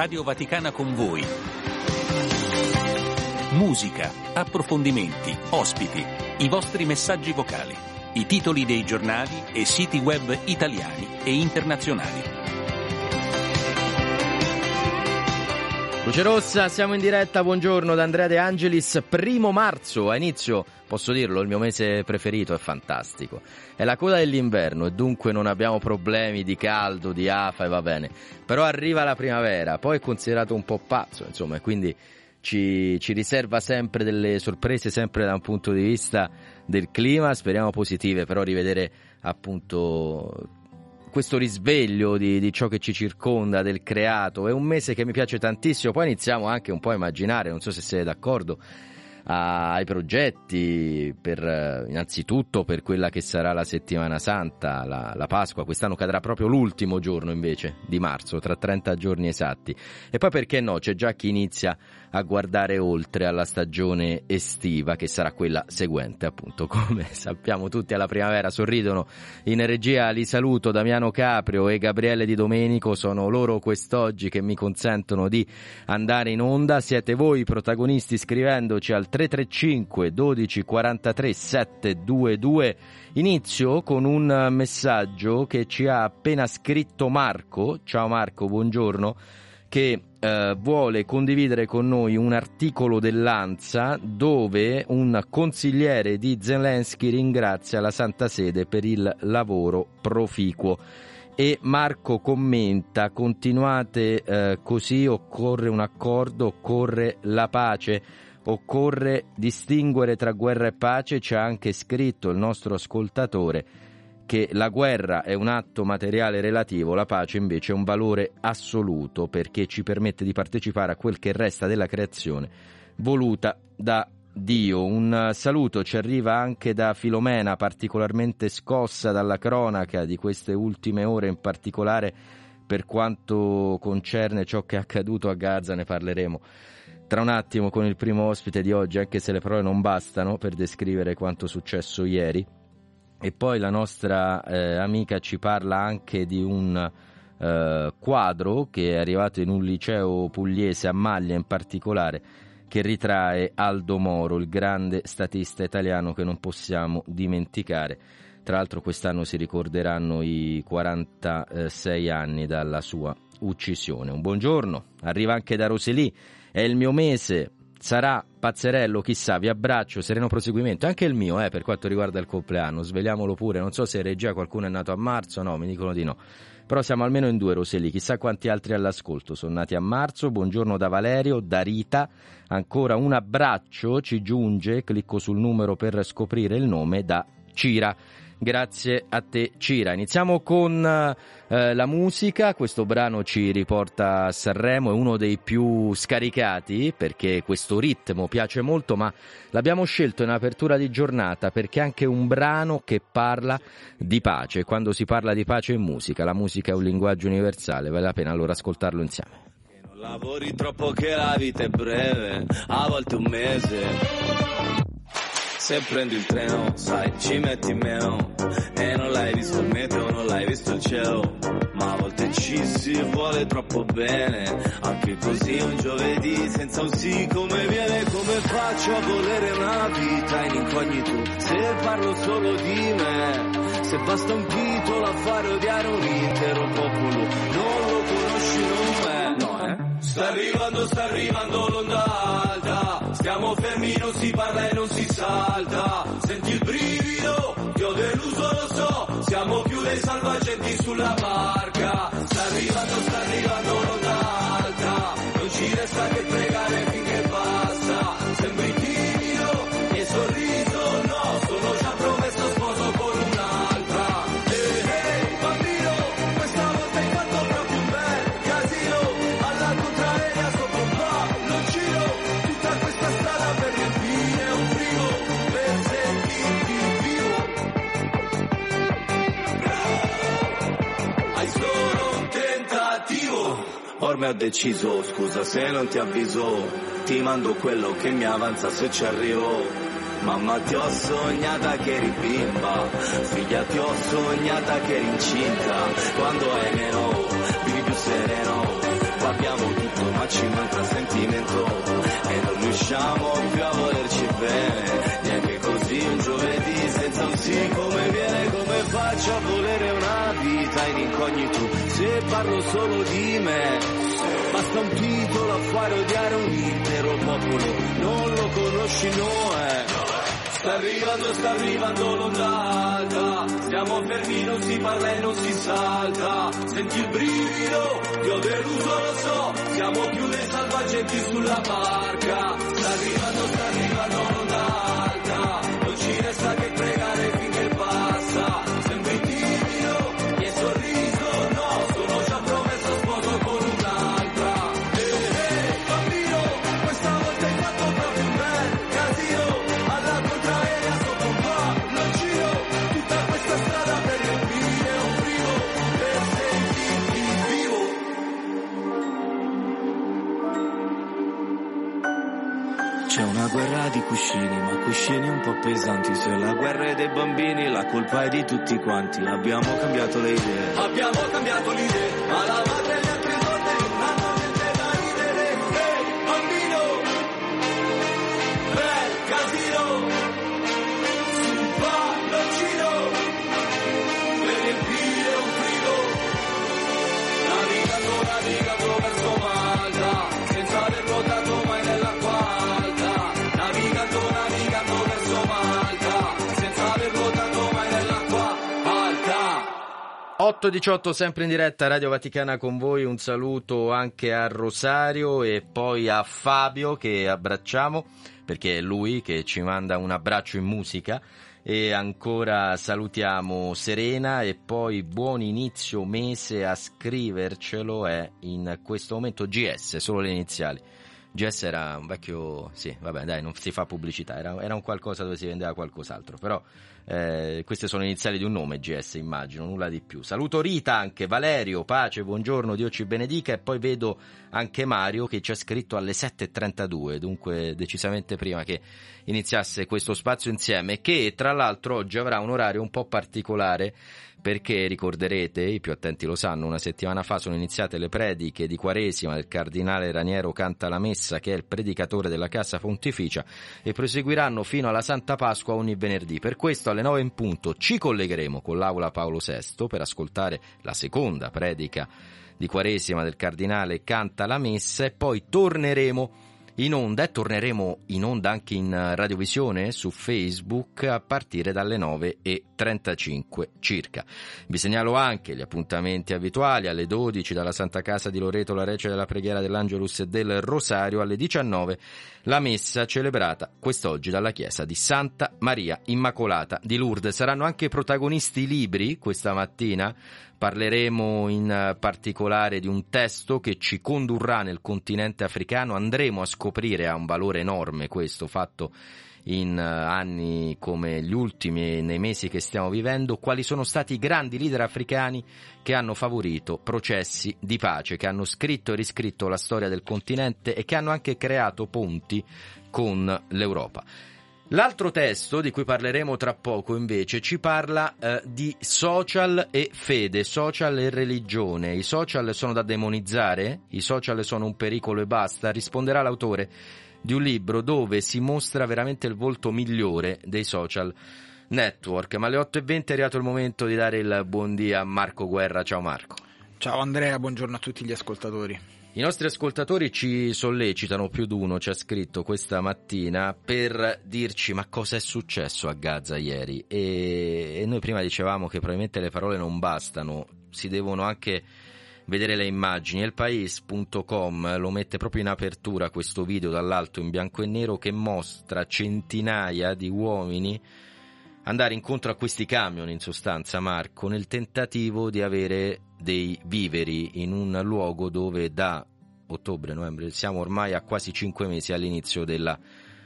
Radio Vaticana con voi. Musica, approfondimenti, ospiti, i vostri messaggi vocali, i titoli dei giornali e siti web italiani e internazionali. Luce Rossa, siamo in diretta, buongiorno da Andrea De Angelis. 1 marzo, a inizio, posso dirlo, il mio mese preferito, è fantastico. È la coda dell'inverno e dunque non abbiamo problemi di caldo, di afa e va bene. Però arriva la primavera, poi è considerato un po' pazzo, insomma, e quindi ci riserva sempre delle sorprese, sempre da un punto di vista del clima, speriamo positive, però rivedere appunto questo risveglio di ciò che ci circonda, del creato, è un mese che mi piace tantissimo. Poi iniziamo anche un po' a immaginare, non so se siete d'accordo, ai progetti per innanzitutto per quella che sarà la settimana santa, la Pasqua. Quest'anno cadrà proprio l'ultimo giorno invece di marzo, tra 30 giorni esatti, e poi perché no, c'è già chi inizia a guardare oltre alla stagione estiva, che sarà quella seguente, appunto, come sappiamo tutti alla primavera. Sorridono in regia, li saluto, Damiano Caprio e Gabriele Di Domenico, sono loro quest'oggi che mi consentono di andare in onda. Siete voi i protagonisti scrivendoci al 335 12 43 722. Inizio con un messaggio che ci ha appena scritto Marco. Ciao Marco, buongiorno, che vuole condividere con noi un articolo dell'Ansa dove un consigliere di Zelensky ringrazia la Santa Sede per il lavoro proficuo. E Marco commenta: continuate così, occorre un accordo, occorre la pace, occorre distinguere tra guerra e pace. C'è anche scritto il nostro ascoltatore che la guerra è un atto materiale relativo, la pace invece è un valore assoluto perché ci permette di partecipare a quel che resta della creazione voluta da Dio. Un saluto ci arriva anche da Filomena, particolarmente scossa dalla cronaca di queste ultime ore, in particolare per quanto concerne ciò che è accaduto a Gaza. Ne parleremo tra un attimo con il primo ospite di oggi, anche se le parole non bastano per descrivere quanto successo ieri. E poi la nostra amica ci parla anche di un quadro che è arrivato in un liceo pugliese, a Maglia in particolare, che ritrae Aldo Moro, il grande statista italiano che non possiamo dimenticare. Tra l'altro quest'anno si ricorderanno i 46 anni dalla sua uccisione. Un buongiorno, arriva anche da Roselì, è il mio mese, sarà pazzerello, chissà, vi abbraccio, sereno proseguimento, anche il mio per quanto riguarda il compleanno, svegliamolo pure, non so se in regia qualcuno è nato a marzo, no, mi dicono di no, però siamo almeno in 2 Roselì, chissà quanti altri all'ascolto sono nati a marzo. Buongiorno da Valerio, da Rita, ancora un abbraccio ci giunge, clicco sul numero per scoprire il nome, da Cira. Grazie a te Cira. Iniziamo con la musica. Questo brano ci riporta a Sanremo, è uno dei più scaricati perché questo ritmo piace molto, ma l'abbiamo scelto in apertura di giornata perché è anche un brano che parla di pace. Quando si parla di pace in musica, la musica è un linguaggio universale, vale la pena allora ascoltarlo insieme. Non lavori troppo che la vita è breve, a volte un mese. Se prendi il treno, sai, ci metti meno. E non l'hai visto il meteo, non l'hai visto il cielo. Ma a volte ci si vuole troppo bene. Anche così un giovedì senza un sì come viene. Come faccio a volere una vita in incognito se parlo solo di me? Se basta un titolo a fare odiare un intero popolo, non lo conosci, non me. No, Sta arrivando l'onda alta. Stiamo fermi, non si parla e non si salta. Senti il brivido, ti ho deluso, lo so. Siamo più dei salvagenti sulla barca. Sta arrivando l'onda alta. Non ci resta che pregare finché passa. Sembri timido e sorriso, no. Sono già promesso sposo con un'altra. Ehi, bambino, questa volta hai fatto proprio un bel casino. Alla contraria sopra un palloncino. Tutta questa strada per riempire un frigo, per sentirti vivo. Hai solo un tentativo. Ormai ho deciso, scusa se non ti avviso. Ti mando quello che mi avanza se ci arrivo. Mamma ti ho sognata che eri bimba, figlia ti ho sognata che eri incinta. Quando hai meno, vivi più sereno, qua abbiamo tutto ma ci manca sentimento e non riusciamo più a volerci bene, neanche così un giovedì senza un sì come viene. Come faccio a volere una vita in incognito se parlo solo di me? Basta un titolo a fare odiare un intero popolo, non lo conosci, Noè? Sta arrivando l'onda alta, stiamo fermi, non si parla e non si salta. Senti il brivido, ti ho deluso, lo so, siamo più dei salvagenti sulla barca. Sta arrivando l'onda alta, non ci resta che pregare finché passa. Sembri timido, e sorriso, no, sono già promesso sposo con un'altra. Bambino, questa volta hai fatto proprio un bel casino. Alla contraerea sotto un palloncino, tutta questa strada per riempire un frigo, per sentirti vivo. C'è una guerra di cuscini, ma cuscini un po' pesanti. Se la guerra è dei bambini, la colpa è di tutti quanti. Abbiamo cambiato le idee, ma la madre e gli altri ordini hanno niente da ridere. Ehi, bambino, bel casino, sul palloncino, per riempire un frigo. Navigando verso Malta, senza aver nuotato mai nell'acqua alta. Navigando verso Malta, senza aver nuotato mai nell'acqua alta. 8:18 sempre in diretta Radio Vaticana con voi, un saluto anche a Rosario e poi a Fabio che abbracciamo perché è lui che ci manda un abbraccio in musica, e ancora salutiamo Serena e poi buon inizio mese a scrivercelo è in questo momento GS, solo le iniziali. GS era un vecchio, sì, vabbè dai, non si fa pubblicità, era un qualcosa dove si vendeva qualcos'altro, però queste sono le iniziali di un nome, GS immagino, nulla di più. Saluto Rita, anche Valerio, pace, buongiorno, Dio ci benedica, e poi vedo anche Mario che ci ha scritto alle 7:32, dunque decisamente prima che iniziasse questo spazio insieme, che tra l'altro oggi avrà un orario un po' particolare, perché ricorderete, i più attenti lo sanno, una settimana fa sono iniziate le prediche di Quaresima del cardinale Raniero Cantalamessa, che è il predicatore della Casa Pontificia, e proseguiranno fino alla Santa Pasqua ogni venerdì. Per questo alle 9 in punto ci collegheremo con l'Aula Paolo VI per ascoltare la seconda predica di Quaresima del cardinale Cantalamessa, e poi torneremo in onda, e torneremo in onda anche in radiovisione su Facebook a partire dalle 9:35 circa. Vi segnalo anche gli appuntamenti abituali: alle 12 dalla Santa Casa di Loreto la Recita della Preghiera dell'Angelus e del Rosario, alle 19 la messa celebrata quest'oggi dalla chiesa di Santa Maria Immacolata di Lourdes. Saranno anche protagonisti i libri questa mattina. Parleremo in particolare di un testo che ci condurrà nel continente africano. Andremo a scoprire, ha un valore enorme questo, fatto in anni come gli ultimi e nei mesi che stiamo vivendo, quali sono stati i grandi leader africani che hanno favorito processi di pace, che hanno scritto e riscritto la storia del continente e che hanno anche creato ponti con l'Europa. L'altro testo di cui parleremo tra poco invece ci parla di social e fede, social e religione. I social sono da demonizzare? I social sono un pericolo e basta? Risponderà l'autore di un libro dove si mostra veramente il volto migliore dei social network. Ma alle 8:20 è arrivato il momento di dare il buon dia a Marco Guerra. Ciao Marco. Ciao Andrea, buongiorno a tutti gli ascoltatori. I nostri ascoltatori ci sollecitano, più di uno ci ha scritto questa mattina per dirci ma cosa è successo a Gaza ieri, e noi prima dicevamo che probabilmente le parole non bastano, si devono anche vedere le immagini. elpais.com lo mette proprio in apertura questo video dall'alto in bianco e nero che mostra centinaia di uomini andare incontro a questi camion, in sostanza, Marco, nel tentativo di avere dei viveri in un luogo dove da ottobre-novembre siamo ormai a quasi 5 mesi all'inizio della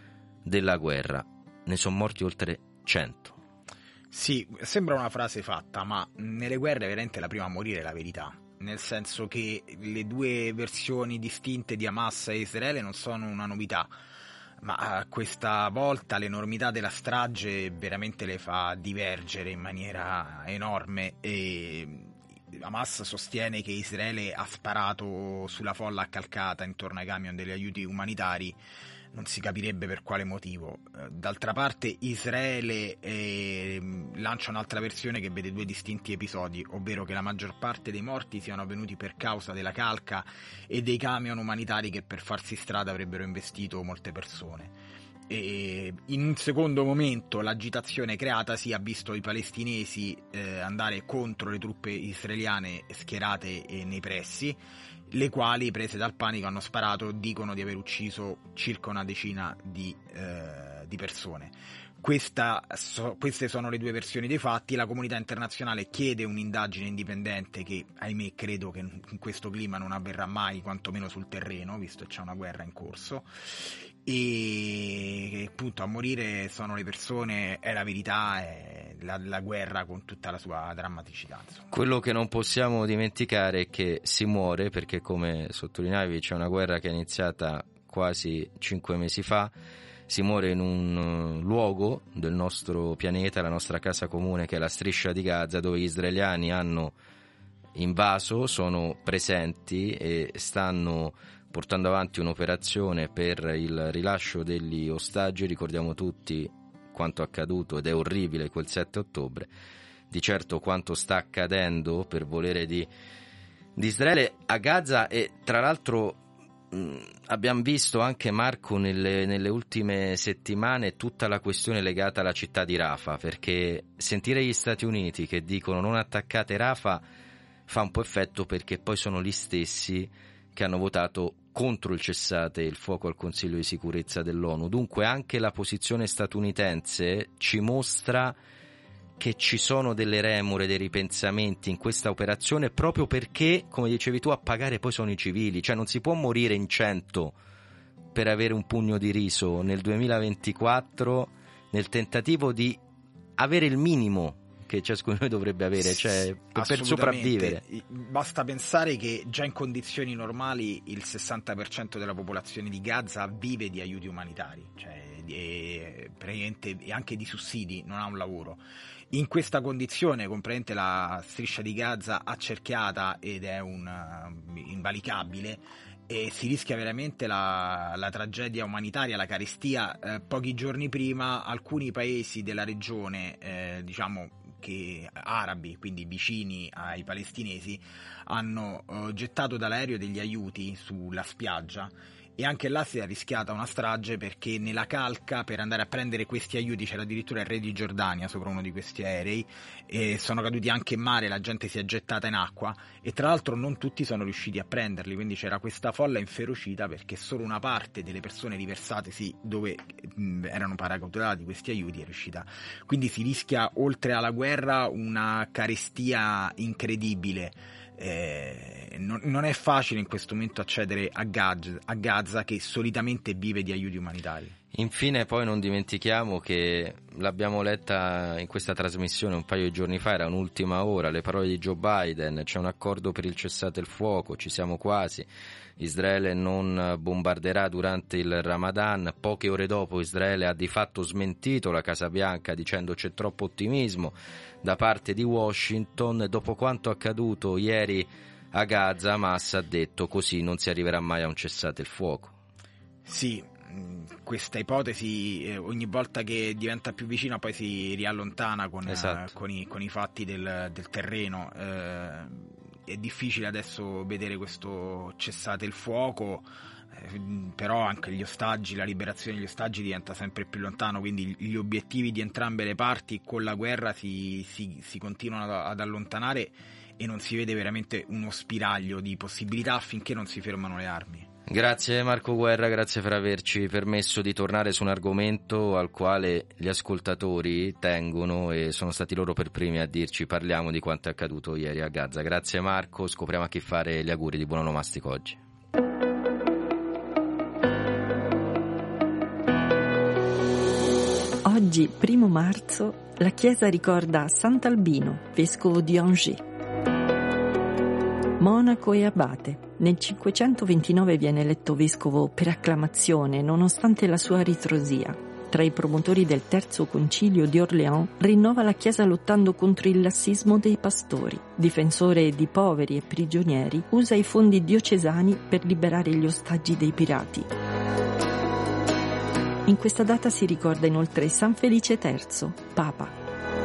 guerra. Ne sono morti oltre 100. Sì, sembra una frase fatta, ma nelle guerre veramente la prima a morire è la verità. Nel senso che le due versioni distinte di Hamas e Israele non sono una novità, ma questa volta l'enormità della strage veramente le fa divergere in maniera enorme, e Hamas sostiene che Israele ha sparato sulla folla accalcata intorno ai camion degli aiuti umanitari. Non si capirebbe per quale motivo. D'altra parte Israele lancia un'altra versione che vede 2 distinti episodi, ovvero che la maggior parte dei morti siano avvenuti per causa della calca e dei camion umanitari che per farsi strada avrebbero investito molte persone. E in un secondo momento l'agitazione creatasi ha visto i palestinesi andare contro le truppe israeliane schierate nei pressi, le quali, prese dal panico, hanno sparato, dicono di aver ucciso circa una decina di persone. Queste sono le 2 versioni dei fatti. La comunità internazionale chiede un'indagine indipendente che, ahimè, credo che in questo clima non avverrà mai, quantomeno sul terreno, visto che c'è una guerra in corso. E appunto a morire sono le persone, è la verità, è la guerra con tutta la sua drammaticità, insomma. Quello che non possiamo dimenticare è che si muore perché, come sottolineavi, c'è una guerra che è iniziata quasi 5 mesi fa. Si muore in un luogo del nostro pianeta, la nostra casa comune, che è la striscia di Gaza, dove gli israeliani hanno invaso, sono presenti e stanno portando avanti un'operazione per il rilascio degli ostaggi. Ricordiamo tutti quanto accaduto, ed è orribile, quel 7 ottobre. Di certo quanto sta accadendo per volere di Israele a Gaza. E tra l'altro abbiamo visto anche, Marco, nelle ultime settimane tutta la questione legata alla città di Rafah, perché sentire gli Stati Uniti che dicono non attaccate Rafah fa un po' effetto, perché poi sono gli stessi che hanno votato contro il cessate il fuoco al Consiglio di sicurezza dell'ONU. Dunque anche la posizione statunitense ci mostra che ci sono delle remore, dei ripensamenti in questa operazione, proprio perché, come dicevi tu, a pagare poi sono i civili. Cioè non si può morire in 100 per avere un pugno di riso nel 2024, nel tentativo di avere il minimo che ciascuno di noi dovrebbe avere, cioè per sopravvivere. Basta pensare che già in condizioni normali il 60% della popolazione di Gaza vive di aiuti umanitari, cioè praticamente anche di sussidi, non ha un lavoro. In questa condizione, comprende, la striscia di Gaza accerchiata ed è invalicabile, e si rischia veramente la tragedia umanitaria, la carestia. Pochi giorni prima alcuni paesi della regione, che arabi, quindi vicini ai palestinesi, hanno gettato dall'aereo degli aiuti sulla spiaggia, e anche là si è rischiata una strage, perché nella calca per andare a prendere questi aiuti c'era addirittura il re di Giordania sopra uno di questi aerei, e sono caduti anche in mare, la gente si è gettata in acqua, e tra l'altro non tutti sono riusciti a prenderli, quindi c'era questa folla inferocita perché solo una parte delle persone riversatesi dove erano paracautelati questi aiuti è riuscita. Quindi si rischia, oltre alla guerra, una carestia incredibile. Non è facile in questo momento accedere a Gaza, che solitamente vive di aiuti umanitari. Infine poi non dimentichiamo che l'abbiamo letta in questa trasmissione un paio di giorni fa, era un'ultima ora, le parole di Joe Biden: c'è un accordo per il cessate il fuoco, ci siamo quasi, Israele non bombarderà durante il Ramadan. Poche ore dopo Israele ha di fatto smentito la Casa Bianca dicendo c'è troppo ottimismo da parte di Washington. Dopo quanto accaduto ieri a Gaza, Hamas ha detto così non si arriverà mai a un cessate il fuoco. Sì, questa ipotesi ogni volta che diventa più vicina poi si riallontana con i fatti del terreno. È difficile adesso vedere questo cessate il fuoco, però anche gli ostaggi, la liberazione degli ostaggi diventa sempre più lontano, quindi gli obiettivi di entrambe le parti con la guerra si continuano ad allontanare, e non si vede veramente uno spiraglio di possibilità finché non si fermano le armi. Grazie Marco Guerra, grazie per averci permesso di tornare su un argomento al quale gli ascoltatori tengono, e sono stati loro per primi a dirci parliamo di quanto è accaduto ieri a Gaza. Grazie Marco, scopriamo a chi fare gli auguri di buon onomastico oggi. Oggi, 1 marzo, la Chiesa ricorda Sant'Albino, vescovo di Angers. Monaco e abate. Nel 529 viene eletto vescovo per acclamazione, nonostante la sua ritrosia. tra i promotori del Terzo Concilio di Orléans, rinnova la Chiesa lottando contro il lassismo dei pastori. Difensore di poveri e prigionieri, usa i fondi diocesani per liberare gli ostaggi dei pirati. In questa data si ricorda inoltre San Felice III, Papa.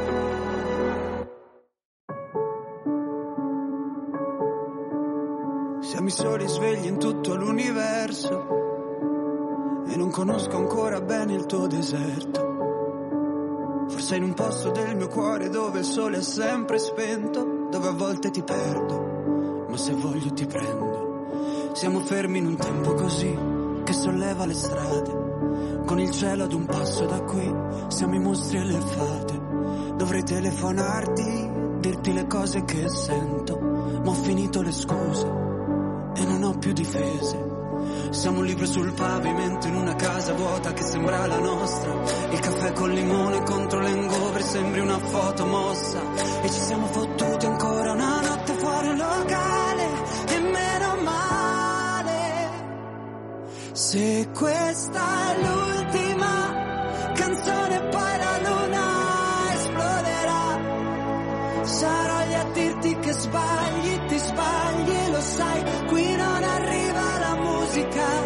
Siamo i soli svegli in tutto l'universo e non conosco ancora bene il tuo deserto. Forse in un posto del mio cuore dove il sole è sempre spento, dove a volte ti perdo, ma se voglio ti prendo. Siamo fermi in un tempo così che solleva le strade, con il cielo ad un passo da qui, siamo i mostri e le fate. Dovrei telefonarti, dirti le cose che sento, ma ho finito le scuse e non ho più difese. Siamo un libro sul pavimento in una casa vuota che sembra la nostra. Il caffè col limone contro l'hangover sembri una foto mossa. E ci siamo fottuti ancora una notte fuori un locale, e meno male. Se questa è l'ultima canzone poi la luna esploderà, sarò lì a dirti che sbagli, ti sbagli, lo sai, qui non arriva la musica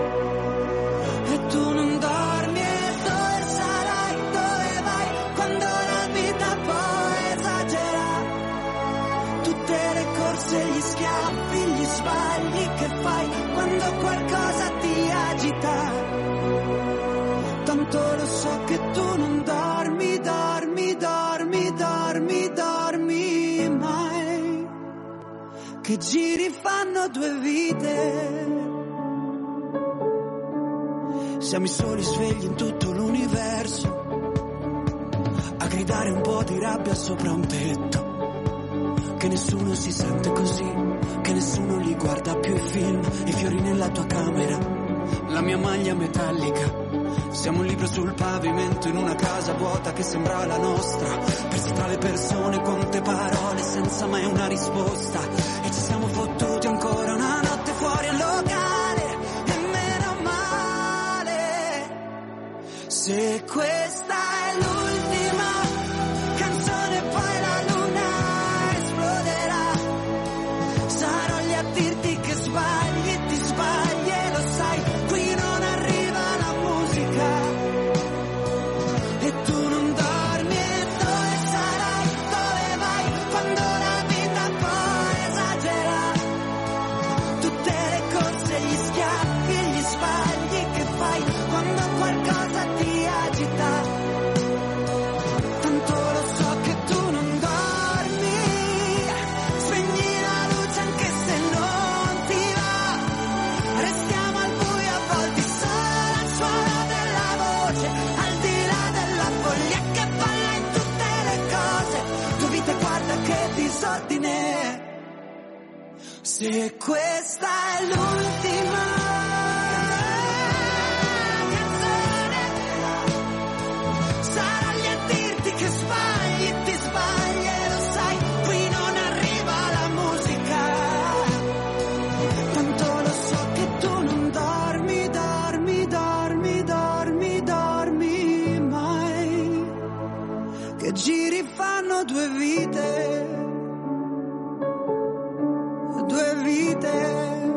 e tu non dormi. E dove sarai, dove vai, quando la vita poi esagera, tutte le corse, gli schiaffi, gli sbagli che fai quando qualcosa ti agita. Tanto lo so che tu non dormi, dormi, dormi, dormi, dormi mai, che giri fanno due vite. Siamo i soli svegli in tutto l'universo, a gridare un po' di rabbia sopra un tetto, che nessuno si sente così, che nessuno li guarda più i film, i fiori nella tua camera, la mia maglia metallica. Siamo un libro sul pavimento in una casa vuota che sembra la nostra, persi tra le persone, quante parole senza mai una risposta. E ci siamo fottuti ancora una notte fuori al locale, e meno male. Se questa è l'ultima canzone poi la luna esploderà, sarò lì a dirti che sbagli, ti sbagli e lo sai, qui non arriva la musica e tu non dormi. E dove sarai, dove vai, quando la vita poi esagera, tutte le corse, gli schiaffi e gli sbagli che fai quando qualcosa ti agita. Tanto lo so che tu non dormi, spegni la luce anche se non ti va, restiamo al buio a volte solo al suono della voce, al di là della foglia che balla in tutte le cose, tua vita guarda che disordine. Se questa è l'ultima canzone, sarò lì a dirti che sbagli, ti sbagli e lo sai, qui non arriva la musica. Tanto lo so che tu non dormi, dormi, dormi, dormi, dormi mai, che giri fanno due vite, due vite.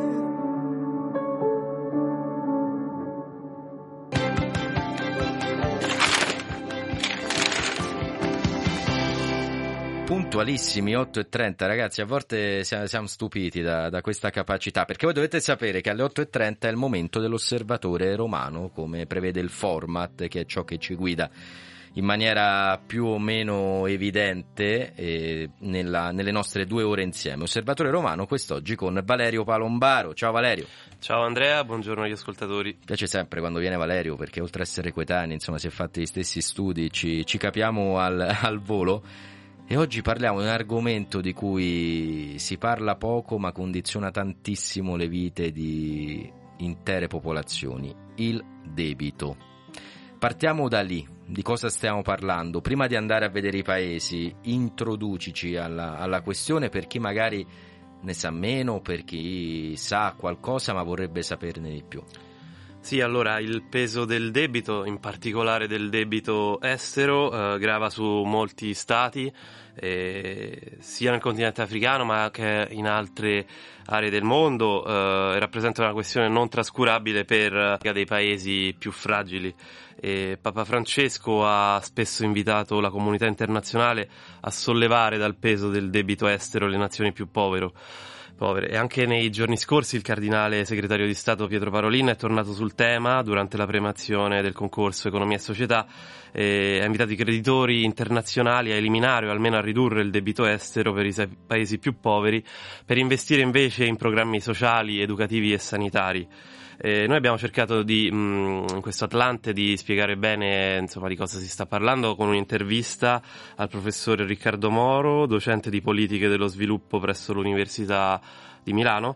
Puntualissimi, 8:30, ragazzi, a volte siamo stupiti da questa capacità, perché voi dovete sapere che alle 8:30 è il momento dell'osservatore romano, come prevede il format, che è ciò che ci guida in maniera più o meno evidente nelle nostre 2 ore insieme. Osservatore romano quest'oggi con Valerio Palombaro. Ciao Valerio. Ciao Andrea, buongiorno agli ascoltatori. Mi piace sempre quando viene Valerio, perché oltre a essere coetanei, insomma, si è fatti gli stessi studi, ci capiamo al volo. E oggi parliamo di un argomento di cui si parla poco ma condiziona tantissimo le vite di intere popolazioni: il debito. Partiamo da lì, di cosa stiamo parlando? Prima di andare a vedere i paesi, introducici alla questione per chi magari ne sa meno, per chi sa qualcosa ma vorrebbe saperne di più. Sì, allora il peso del debito, in particolare del debito estero, grava su molti stati, sia nel continente africano ma anche in altre aree del mondo, e rappresenta una questione non trascurabile per dei paesi più fragili. Papa Francesco ha spesso invitato la comunità internazionale a sollevare dal peso del debito estero le nazioni più povere. E anche nei giorni scorsi il cardinale segretario di Stato Pietro Parolin è tornato sul tema durante la premazione del concorso Economia e Società, ha invitato i creditori internazionali a eliminare o almeno a ridurre il debito estero per i paesi più poveri, per investire invece in programmi sociali, educativi e sanitari. Noi abbiamo cercato in questo Atlante di spiegare bene, insomma, di cosa si sta parlando con un'intervista al professore Riccardo Moro, docente di politiche dello sviluppo presso l'Università di Milano.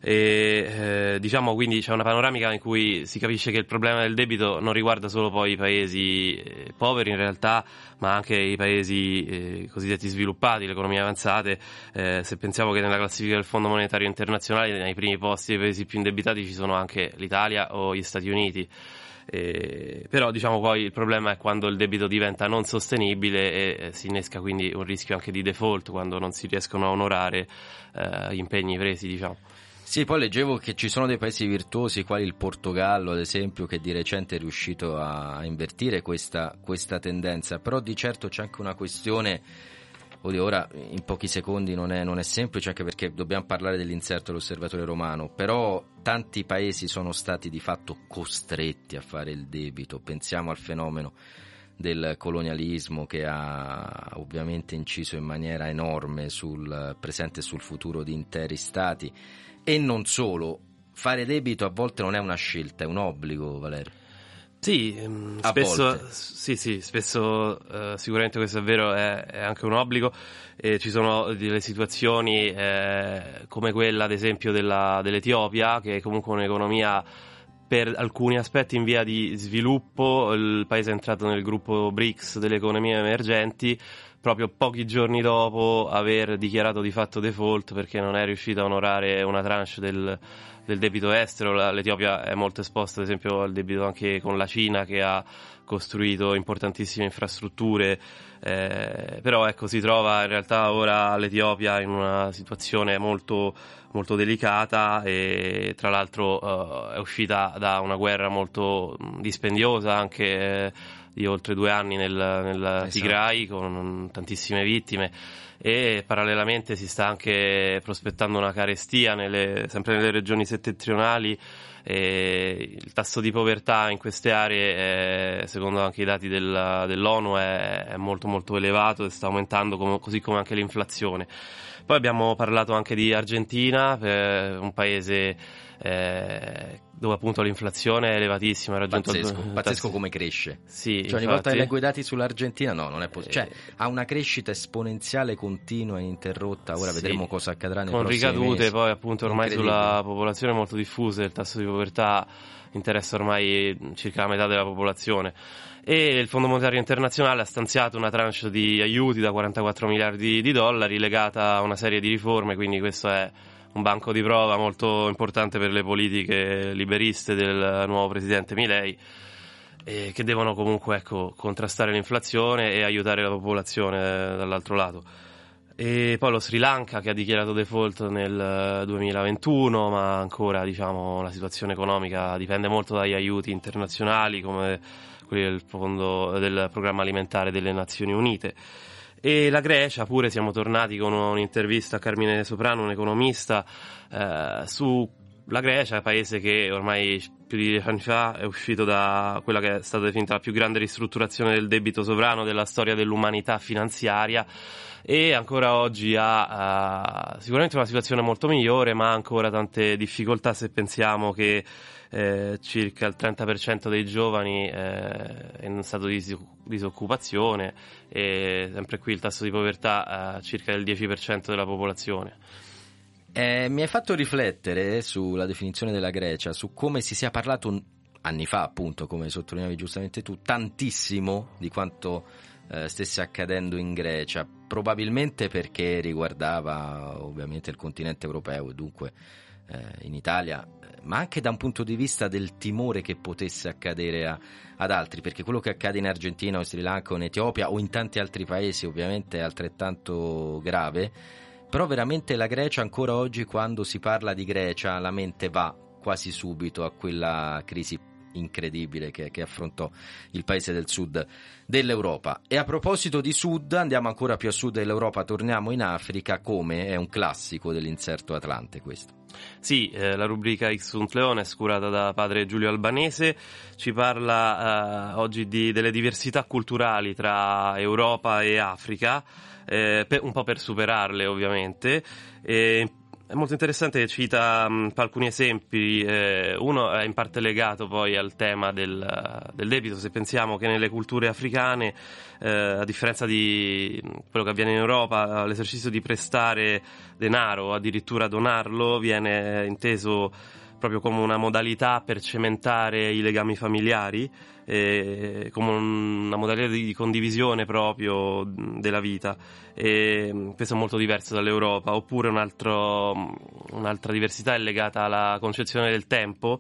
Diciamo, quindi c'è una panoramica in cui si capisce che il problema del debito non riguarda solo poi i paesi poveri in realtà, ma anche i paesi cosiddetti sviluppati, le economie avanzate. Se pensiamo che nella classifica del Fondo Monetario Internazionale nei primi posti dei paesi più indebitati ci sono anche l'Italia o gli Stati Uniti. Però diciamo poi il problema è quando il debito diventa non sostenibile e si innesca quindi un rischio anche di default quando non si riescono a onorare gli impegni presi, diciamo. Sì, poi leggevo che ci sono dei paesi virtuosi, quali il Portogallo ad esempio, che di recente è riuscito a invertire questa tendenza, però di certo c'è anche una questione, ora in pochi secondi non è semplice, anche perché dobbiamo parlare dell'inserto dell'Osservatore Romano, però tanti paesi sono stati di fatto costretti a fare il debito. Pensiamo al fenomeno del colonialismo che ha ovviamente inciso in maniera enorme sul presente e sul futuro di interi stati. E non solo, fare debito a volte non è una scelta, è un obbligo, Valerio. Sì, spesso sicuramente questo è vero, è anche un obbligo. Ci sono delle situazioni come quella ad esempio dell'Etiopia, che è comunque un'economia per alcuni aspetti in via di sviluppo. Il paese è entrato nel gruppo BRICS delle economie emergenti proprio pochi giorni dopo aver dichiarato di fatto default perché non è riuscita a onorare una tranche del debito estero. L'Etiopia è molto esposta ad esempio al debito anche con la Cina, che ha costruito importantissime infrastrutture, però ecco, si trova in realtà ora l'Etiopia in una situazione molto, molto delicata e tra l'altro è uscita da una guerra molto dispendiosa anche di oltre 2 anni nel Tigray, con tantissime vittime, e parallelamente si sta anche prospettando una carestia sempre nelle regioni settentrionali. Il tasso di povertà in queste aree, secondo anche i dati dell'ONU, è molto molto elevato e sta aumentando, così come anche l'inflazione. Poi abbiamo parlato anche di Argentina, un paese dove appunto l'inflazione è elevatissima, ha raggiunto pazzesco come cresce. Sì, cioè, ogni volta che leggo i dati sull'Argentina non è possibile, cioè ha una crescita esponenziale continua e ininterrotta. Ora vedremo cosa accadrà nei prossimi mesi. Con ricadute poi appunto ormai sulla popolazione molto diffuse. Il tasso di povertà interessa ormai circa la metà della popolazione. E il Fondo Monetario Internazionale ha stanziato una tranche di aiuti da 44 miliardi di dollari legata a una serie di riforme, quindi questo è un banco di prova molto importante per le politiche liberiste del nuovo presidente Milei, che devono comunque contrastare l'inflazione e aiutare la popolazione dall'altro lato. E poi lo Sri Lanka, che ha dichiarato default nel 2021, ma ancora la situazione economica dipende molto dagli aiuti internazionali come quelli del programma alimentare delle Nazioni Unite. E la Grecia pure, siamo tornati con un'intervista a Carmine Soprano, un economista, su la Grecia, paese che ormai più di 10 anni fa è uscito da quella che è stata definita la più grande ristrutturazione del debito sovrano della storia dell'umanità finanziaria, e ancora oggi ha sicuramente una situazione molto migliore, ma ancora tante difficoltà se pensiamo che circa il 30% dei giovani è in stato di disoccupazione, e sempre qui il tasso di povertà circa il 10% della popolazione. Mi hai fatto riflettere sulla definizione della Grecia, su come si sia parlato anni fa, appunto, come sottolineavi giustamente tu, tantissimo di quanto stesse accadendo in Grecia, probabilmente perché riguardava ovviamente il continente europeo e dunque in Italia, ma anche da un punto di vista del timore che potesse accadere ad altri, perché quello che accade in Argentina o in Sri Lanka o in Etiopia o in tanti altri paesi ovviamente è altrettanto grave, però veramente la Grecia ancora oggi, quando si parla di Grecia, la mente va quasi subito a quella crisi incredibile che affrontò il paese del sud dell'Europa. E a proposito di sud, andiamo ancora più a sud dell'Europa, torniamo in Africa, come è un classico dell'inserto Atlante questo. Sì, la rubrica X Sunt Leones, curata da padre Giulio Albanese, ci parla oggi delle diversità culturali tra Europa e Africa, un po' per superarle ovviamente. È molto interessante che cita alcuni esempi, uno è in parte legato poi al tema del debito. Se pensiamo che nelle culture africane, a differenza di quello che avviene in Europa, l'esercizio di prestare denaro o addirittura donarlo viene inteso proprio come una modalità per cementare i legami familiari, come una modalità di condivisione proprio della vita, e questo è molto diverso dall'Europa. Oppure un'altra diversità è legata alla concezione del tempo.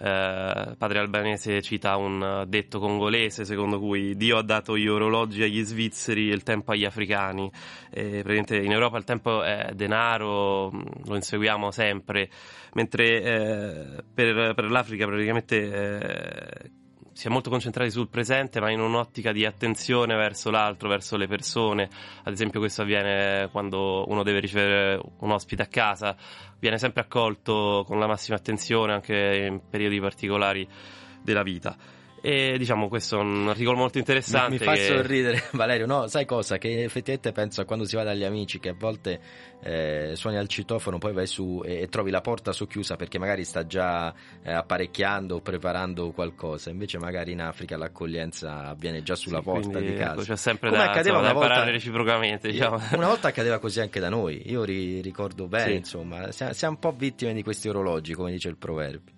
Padre Albanese cita un detto congolese secondo cui Dio ha dato gli orologi agli svizzeri e il tempo agli africani. Praticamente in Europa il tempo è denaro, lo inseguiamo sempre, mentre per l'Africa praticamente si è molto concentrati sul presente, ma in un'ottica di attenzione verso l'altro, verso le persone. Ad esempio questo avviene quando uno deve ricevere un ospite a casa, viene sempre accolto con la massima attenzione anche in periodi particolari della vita. E diciamo questo è un articolo molto interessante. Mi fa sorridere, Valerio, no, sai cosa? Che effettivamente penso a quando si va dagli amici, che a volte suoni al citofono, poi vai su e trovi la porta socchiusa perché magari sta già apparecchiando o preparando qualcosa, invece magari in Africa l'accoglienza avviene già sulla porta di casa. C'è sempre da imparare reciprocamente, diciamo. Una volta accadeva così anche da noi, io ricordo bene, sì. Insomma, siamo un po' vittime di questi orologi, come dice il proverbio.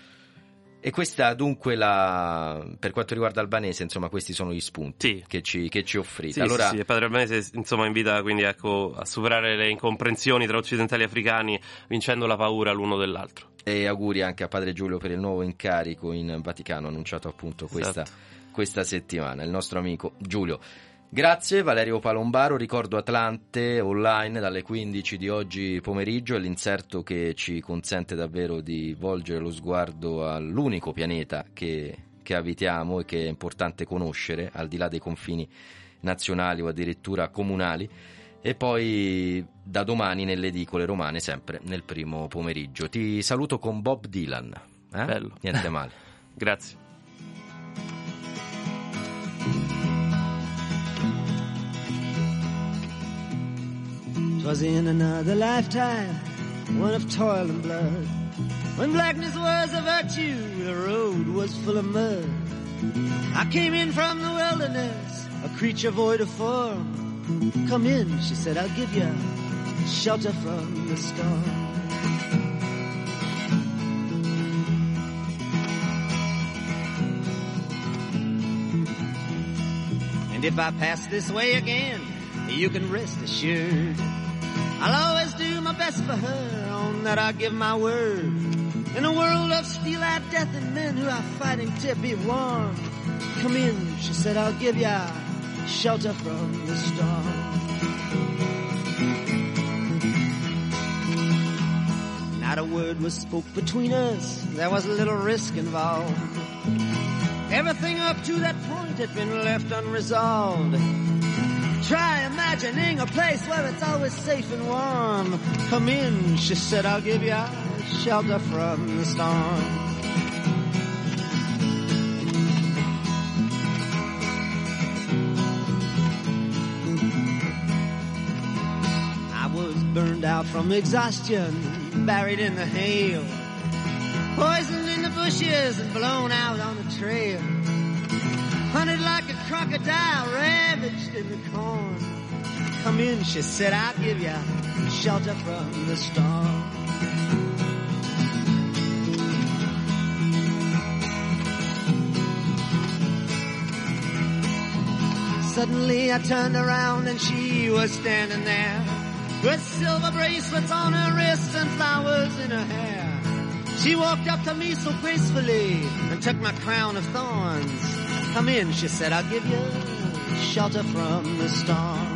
E questa dunque per quanto riguarda Albanese, insomma, questi sono gli spunti che ci offrite. Sì, allora, sì, Padre Albanese insomma invita quindi a superare le incomprensioni tra occidentali e africani, vincendo la paura l'uno dell'altro. E auguri anche a Padre Giulio per il nuovo incarico in Vaticano, annunciato appunto questa settimana, il nostro amico Giulio. Grazie Valerio Palombaro. Ricordo Atlante online dalle 15 di oggi pomeriggio, è l'inserto che ci consente davvero di volgere lo sguardo all'unico pianeta che abitiamo e che è importante conoscere al di là dei confini nazionali o addirittura comunali. E poi da domani nelle edicole romane, sempre nel primo pomeriggio. Ti saluto con Bob Dylan. Bello. Niente male. Grazie. Was in another lifetime, one of toil and blood. When blackness was a virtue, the road was full of mud. I came in from the wilderness, a creature void of form. Come in, she said, I'll give you shelter from the storm. And if I pass this way again, you can rest assured I'll always do my best for her, on that I give my word. In a world of steel-eyed death and men who are fighting to be warm. Come in, she said, I'll give ya shelter from the storm. Not a word was spoke between us, there was a little risk involved. Everything up to that point had been left unresolved. Try imagining a place where it's always safe and warm. Come in, she said, I'll give you shelter from the storm. I was burned out from exhaustion, buried in the hail, poisoned in the bushes and blown out on the trail. Hunted like a crocodile, ravaged in the corn. Come in, she said, I'll give you shelter from the storm. Suddenly I turned around and she was standing there with silver bracelets on her wrists and flowers in her hair. She walked up to me so gracefully and took my crown of thorns. Come in, she said, I'll give you shelter from the storm.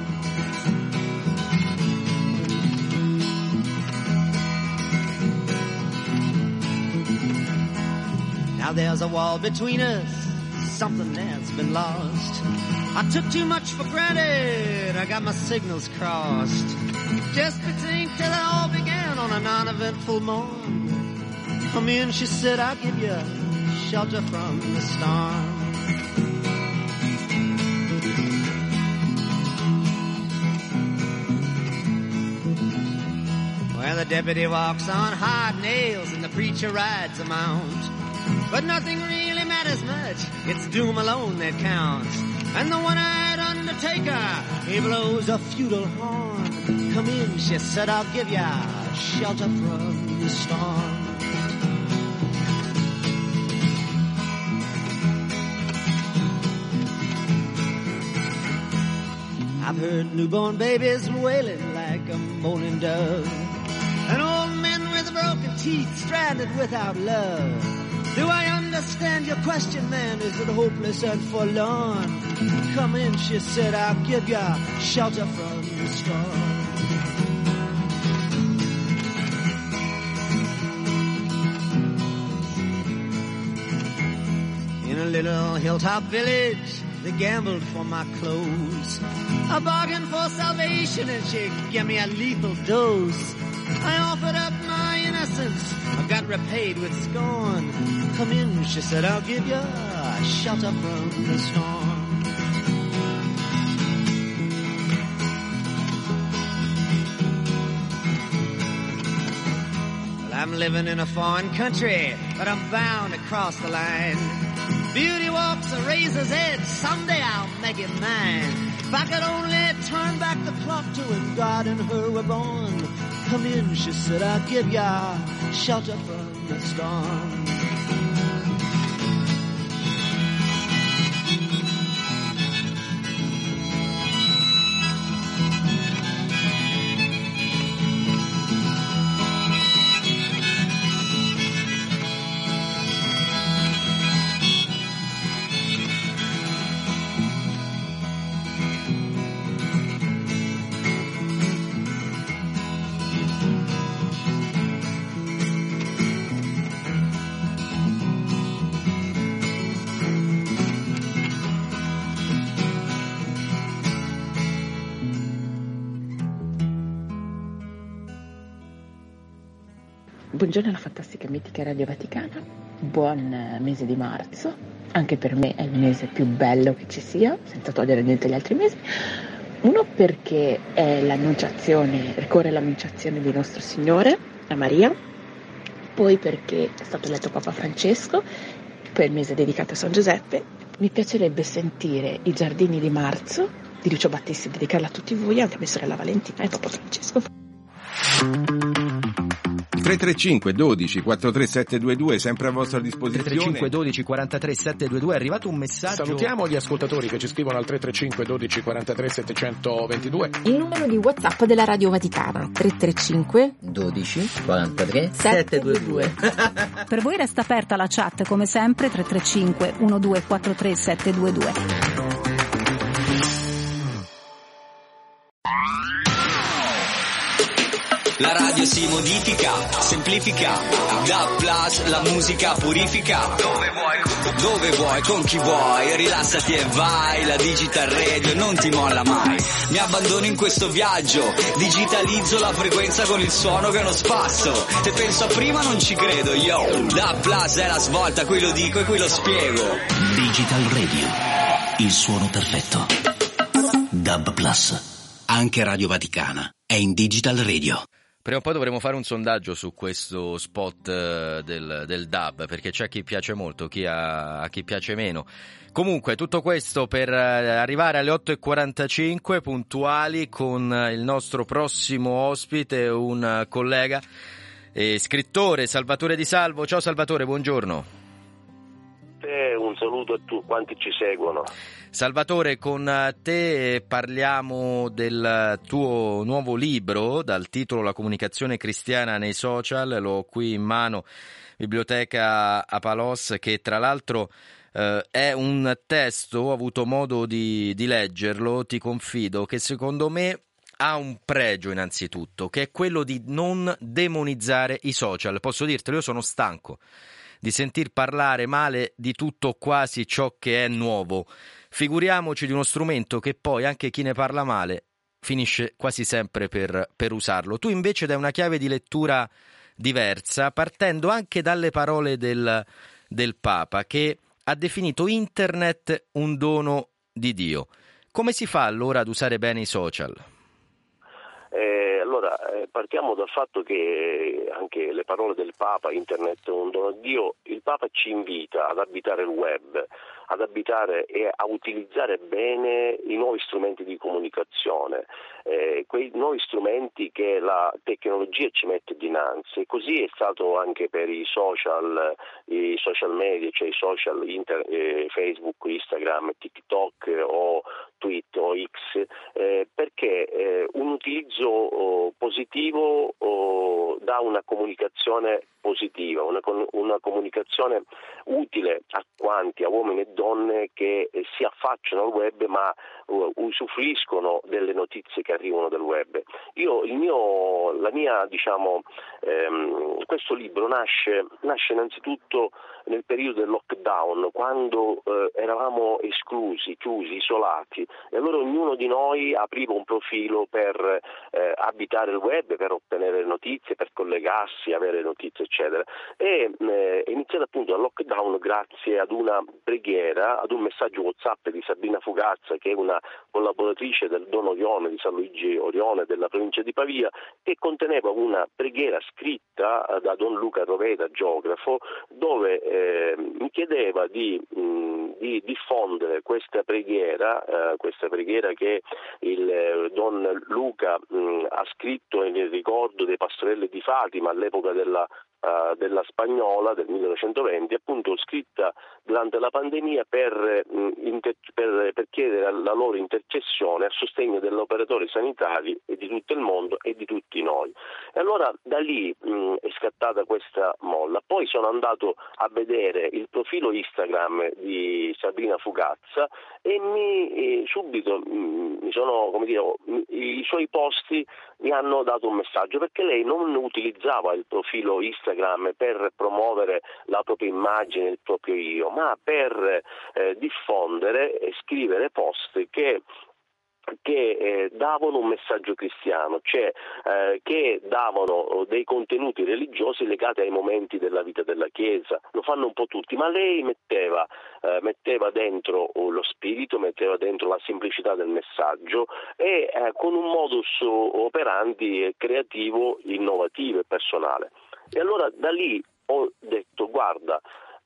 Now there's a wall between us, something that's been lost. I took too much for granted, I got my signals crossed. Just between till it all began on a non-eventful morn. Come in, she said, I'll give you shelter from the storm. Well, the deputy walks on hard nails and the preacher rides a mount. But nothing really matters much, it's doom alone that counts. And the one-eyed undertaker, he blows a feudal horn. Come in, she said, I'll give ya shelter from the storm. I've heard newborn babies wailing like a moaning dove, and old men with broken teeth stranded without love. Do I understand your question, man? Is it hopeless and forlorn? Come in, she said, I'll give ya shelter from the storm. In a little hilltop village, they gambled for my clothes. I bargained for salvation and she gave me a lethal dose. I offered up my innocence, I got repaid with scorn. Come in, she said, I'll give you shelter from the storm. Well, I'm living in a foreign country, but I'm bound to cross the line. Beauty walks a razor's edge, someday I'll make it mine. If I could only turn back the clock to when God and her were born. Come in, she said, I'll give ya shelter from the storm. Buongiorno alla fantastica e mitica Radio Vaticana, buon mese di marzo, anche per me è il mese più bello che ci sia, senza togliere niente agli altri mesi. Uno perché è l'annunciazione, ricorre l'annunciazione di nostro Signore a Maria, poi perché è stato eletto Papa Francesco, poi è il mese dedicato a San Giuseppe. Mi piacerebbe sentire i giardini di marzo di Lucio Battisti, dedicarla a tutti voi, anche a mia sorella Valentina e Papa Francesco. 335 12 43 722 sempre a vostra disposizione. 335 12 43 722 è arrivato un messaggio. Salutiamo gli ascoltatori che ci scrivono al 335 12 43 722. Il numero di WhatsApp della Radio Vaticana 335 12 43 722. Per voi resta aperta la chat come sempre 335 1243 722. La radio si modifica, semplifica, da plus la musica purifica. Dove vuoi, con chi vuoi, rilassati e vai. La Digital Radio non ti molla mai. Mi abbandono in questo viaggio, digitalizzo la frequenza con il suono che è uno spasso. Se penso a prima non ci credo, yo. Da plus è la svolta, qui lo dico e qui lo spiego. Digital Radio, il suono perfetto. DAB Plus, anche Radio Vaticana è in Digital Radio. Prima o poi dovremo fare un sondaggio su questo spot del DAB, perché c'è chi piace molto, a chi piace meno. Comunque tutto questo per arrivare alle 8.45 puntuali con il nostro prossimo ospite, un collega e scrittore, Salvatore Di Salvo. Ciao Salvatore, buongiorno. Un saluto saluto a tutti quanti ci seguono. Salvatore, con te parliamo del tuo nuovo libro dal titolo La comunicazione cristiana nei social. L'ho qui in mano, Biblioteca Apalos, che tra l'altro è un testo, ho avuto modo di leggerlo, ti confido, che secondo me ha un pregio innanzitutto, che è quello di non demonizzare i social. Posso dirtelo, io sono stanco di sentir parlare male di tutto quasi ciò che è nuovo. Figuriamoci di uno strumento che poi anche chi ne parla male finisce quasi sempre per usarlo. Tu invece dai una chiave di lettura diversa, partendo anche dalle parole del Papa, che ha definito internet un dono di Dio. Come si fa allora ad usare bene i social? Allora, partiamo dal fatto che anche le parole del Papa, internet è un dono di Dio, il Papa ci invita ad abitare il web, ad abitare e a utilizzare bene i nuovi strumenti di comunicazione, quei nuovi strumenti che la tecnologia ci mette dinanzi. Così è stato anche per i social media, cioè i social Facebook, Instagram, TikTok o Twitter o X, perché un utilizzo positivo dà una comunicazione positiva, una comunicazione utile a quanti, a uomini e donne che si affacciano al web ma usufruiscono delle notizie che arrivano dal web. Questo libro nasce innanzitutto nel periodo del lockdown, quando eravamo esclusi, chiusi, isolati, e allora ognuno di noi apriva un profilo per abitare il web, per ottenere notizie, per collegarsi, avere notizie, eccetera. E è iniziato appunto dal lockdown grazie ad una preghiera, ad un messaggio WhatsApp di Sabrina Fugazza, che è una collaboratrice del Don Orione di San Luigi Orione della provincia di Pavia, che conteneva una preghiera scritta da Don Luca Roveda, geografo, dove mi chiedeva di diffondere questa preghiera che il Don Luca ha scritto in ricordo dei pastorelli di Fatima all'epoca della Spagnola del 1920, appunto scritta durante la pandemia per chiedere la loro intercessione a sostegno degli operatori sanitari e di tutto il mondo e di tutti noi. E allora da lì è scattata questa molla. Poi sono andato a vedere il profilo Instagram di Sabrina Fugazza e i suoi posti mi hanno dato un messaggio, perché lei non utilizzava il profilo Instagram per promuovere la propria immagine, il proprio io, ma per diffondere e scrivere post che davano un messaggio cristiano, cioè che davano dei contenuti religiosi legati ai momenti della vita della Chiesa. Lo fanno un po' tutti, ma lei metteva dentro lo spirito, metteva dentro la semplicità del messaggio e con un modus operandi creativo, innovativo e personale. E allora da lì ho detto: guarda,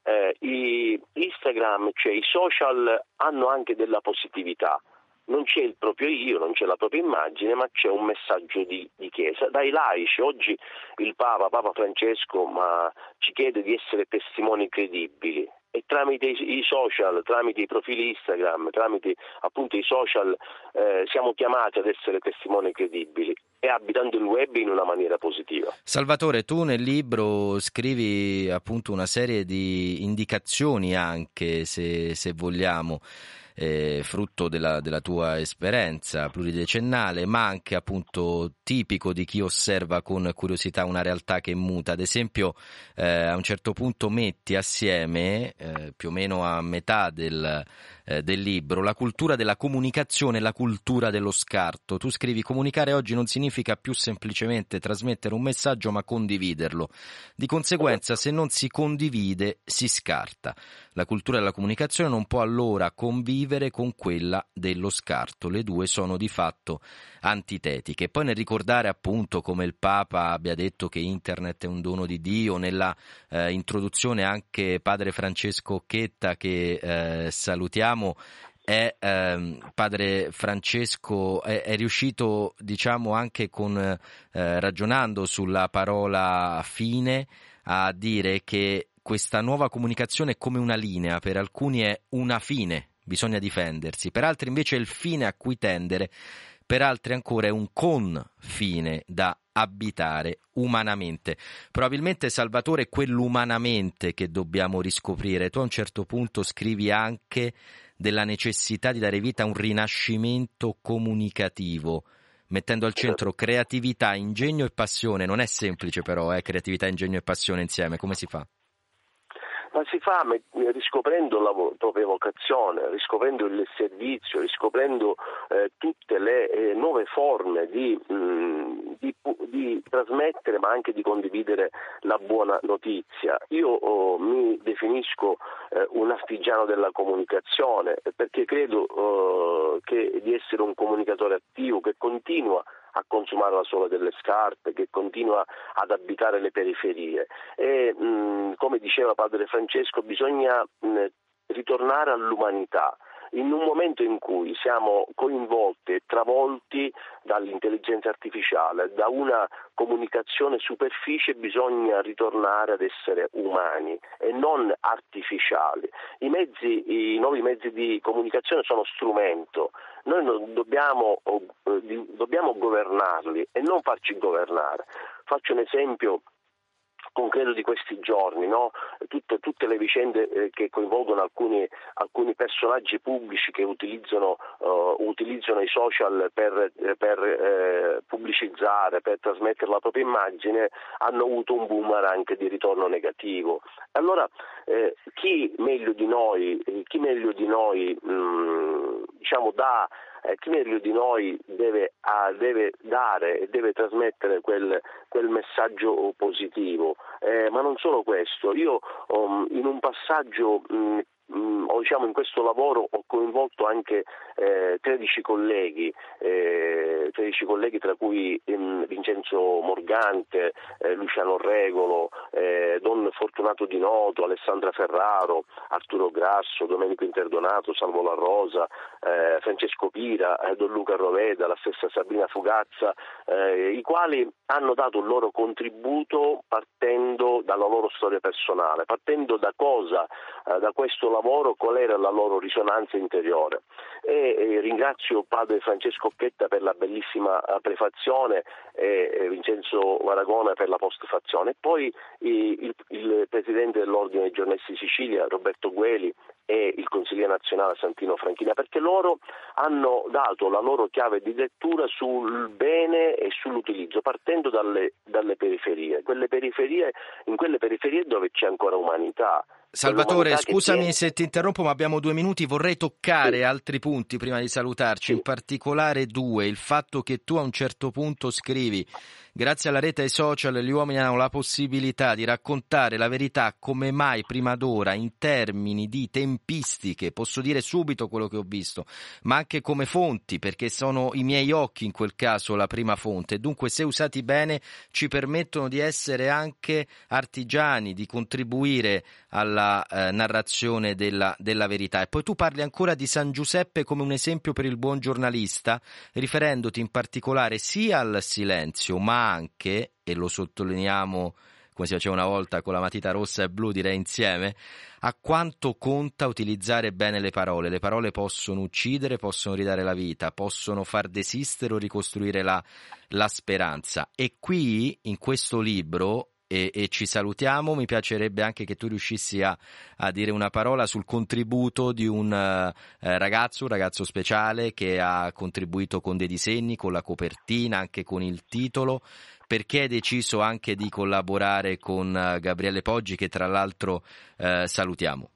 Instagram, cioè i social, hanno anche della positività. Non c'è il proprio io, non c'è la propria immagine, ma c'è un messaggio di Chiesa. Dai laici, oggi il Papa Francesco ci chiede di essere testimoni credibili, e tramite i social, tramite i profili Instagram, tramite appunto i social siamo chiamati ad essere testimoni credibili e abitando il web in una maniera positiva. Salvatore, tu nel libro scrivi appunto una serie di indicazioni, anche se vogliamo, frutto della tua esperienza pluridecennale, ma anche appunto tipico di chi osserva con curiosità una realtà che muta. Ad esempio, a un certo punto metti assieme, più o meno a metà del libro, la cultura della comunicazione e la cultura dello scarto. Tu scrivi: comunicare oggi non significa più semplicemente trasmettere un messaggio, ma condividerlo. Di conseguenza, se non si condivide, si scarta. La cultura della comunicazione non può allora convivere con quella dello scarto. Le due sono di fatto antitetiche. Poi nel ricordare appunto come il Papa abbia detto che internet è un dono di Dio, nella introduzione anche padre Francesco Occhetta, che salutiamo, padre Francesco è riuscito, diciamo, anche ragionando sulla parola fine, a dire che questa nuova comunicazione è come una linea, per alcuni è una fine, bisogna difendersi, per altri invece è il fine a cui tendere, per altri ancora è un confine da abitare umanamente. Probabilmente, Salvatore, è quell'umanamente che dobbiamo riscoprire. Tu a un certo punto scrivi anche della necessità di dare vita a un rinascimento comunicativo, mettendo al centro creatività, ingegno e passione. Non è semplice però, creatività, ingegno e passione insieme, come si fa? Ma si fa riscoprendo la propria vocazione, riscoprendo il servizio, riscoprendo tutte le nuove forme di trasmettere, ma anche di condividere la buona notizia. Io mi definisco un artigiano della comunicazione, perché credo che di essere un comunicatore attivo che continua a consumare la suola delle scarpe, che continua ad abitare le periferie. E come diceva Padre Francesco, bisogna ritornare all'umanità. In un momento in cui siamo coinvolti e travolti dall'intelligenza artificiale, da una comunicazione superficie, bisogna ritornare ad essere umani e non artificiali. I nuovi mezzi di comunicazione sono strumento, noi non dobbiamo governarli e non farci governare. Faccio un esempio concreto di questi giorni, no? Tutte le vicende che coinvolgono alcuni personaggi pubblici che utilizzano i social per pubblicizzare, per trasmettere la propria immagine, hanno avuto un boomerang di ritorno negativo. Allora chi meglio di noi chi meglio di noi deve dare e deve trasmettere quel messaggio positivo, ma non solo questo. Io in un passaggio in questo lavoro ho coinvolto anche 13 colleghi, tra cui Vincenzo Morgante, Luciano Regolo, Don Fortunato Di Noto, Alessandra Ferraro, Arturo Grasso, Domenico Interdonato, Salvo La Rosa, Francesco Pira, Don Luca Roveda, la stessa Sabrina Fugazza, i quali hanno dato il loro contributo partendo dalla loro storia personale, partendo da questo lavoro, qual era la loro risonanza interiore. E ringrazio Padre Francesco Occhetta per la bellissima prefazione e Vincenzo Varagona per la postfazione, e poi il presidente dell'Ordine dei Giornalisti di Sicilia Roberto Gueli e il consigliere nazionale Santino Franchina, perché loro hanno dato la loro chiave di lettura sul bene e sull'utilizzo, partendo dalle periferie, in quelle periferie dove c'è ancora umanità. Salvatore, scusami se ti interrompo, ma abbiamo 2 minuti, vorrei toccare altri punti prima di salutarci, in particolare 2, il fatto che tu a un certo punto scrivi: grazie alla rete e ai social gli uomini hanno la possibilità di raccontare la verità come mai prima d'ora, in termini di tempistiche, posso dire subito quello che ho visto, ma anche come fonti, perché sono i miei occhi in quel caso la prima fonte, dunque se usati bene ci permettono di essere anche artigiani, di contribuire alla narrazione della verità. E poi tu parli ancora di San Giuseppe come un esempio per il buon giornalista, riferendoti in particolare sia al silenzio, ma anche, e lo sottolineiamo come si faceva una volta con la matita rossa e blu, direi insieme, a quanto conta utilizzare bene le parole. Le parole possono uccidere, possono ridare la vita, possono far desistere o ricostruire la speranza. E qui, in questo libro, e ci salutiamo, mi piacerebbe anche che tu riuscissi a dire una parola sul contributo di un ragazzo speciale che ha contribuito con dei disegni, con la copertina, anche con il titolo. Perché hai deciso anche di collaborare con Gabriele Poggi, che tra l'altro salutiamo?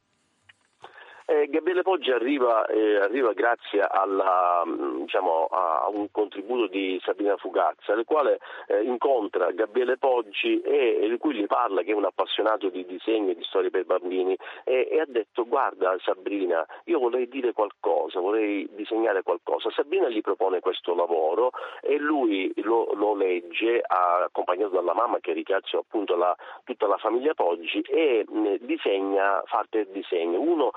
Gabriele Poggi arriva grazie a un contributo di Sabrina Fugazza, il quale incontra Gabriele Poggi e di cui gli parla, che è un appassionato di disegni e di storie per bambini, e ha detto: guarda Sabrina, io vorrei dire qualcosa, vorrei disegnare qualcosa. Sabrina gli propone questo lavoro e lui lo legge, accompagnato dalla mamma, che ringrazio appunto tutta la famiglia Poggi, e disegna, fa 3 disegni. Uno è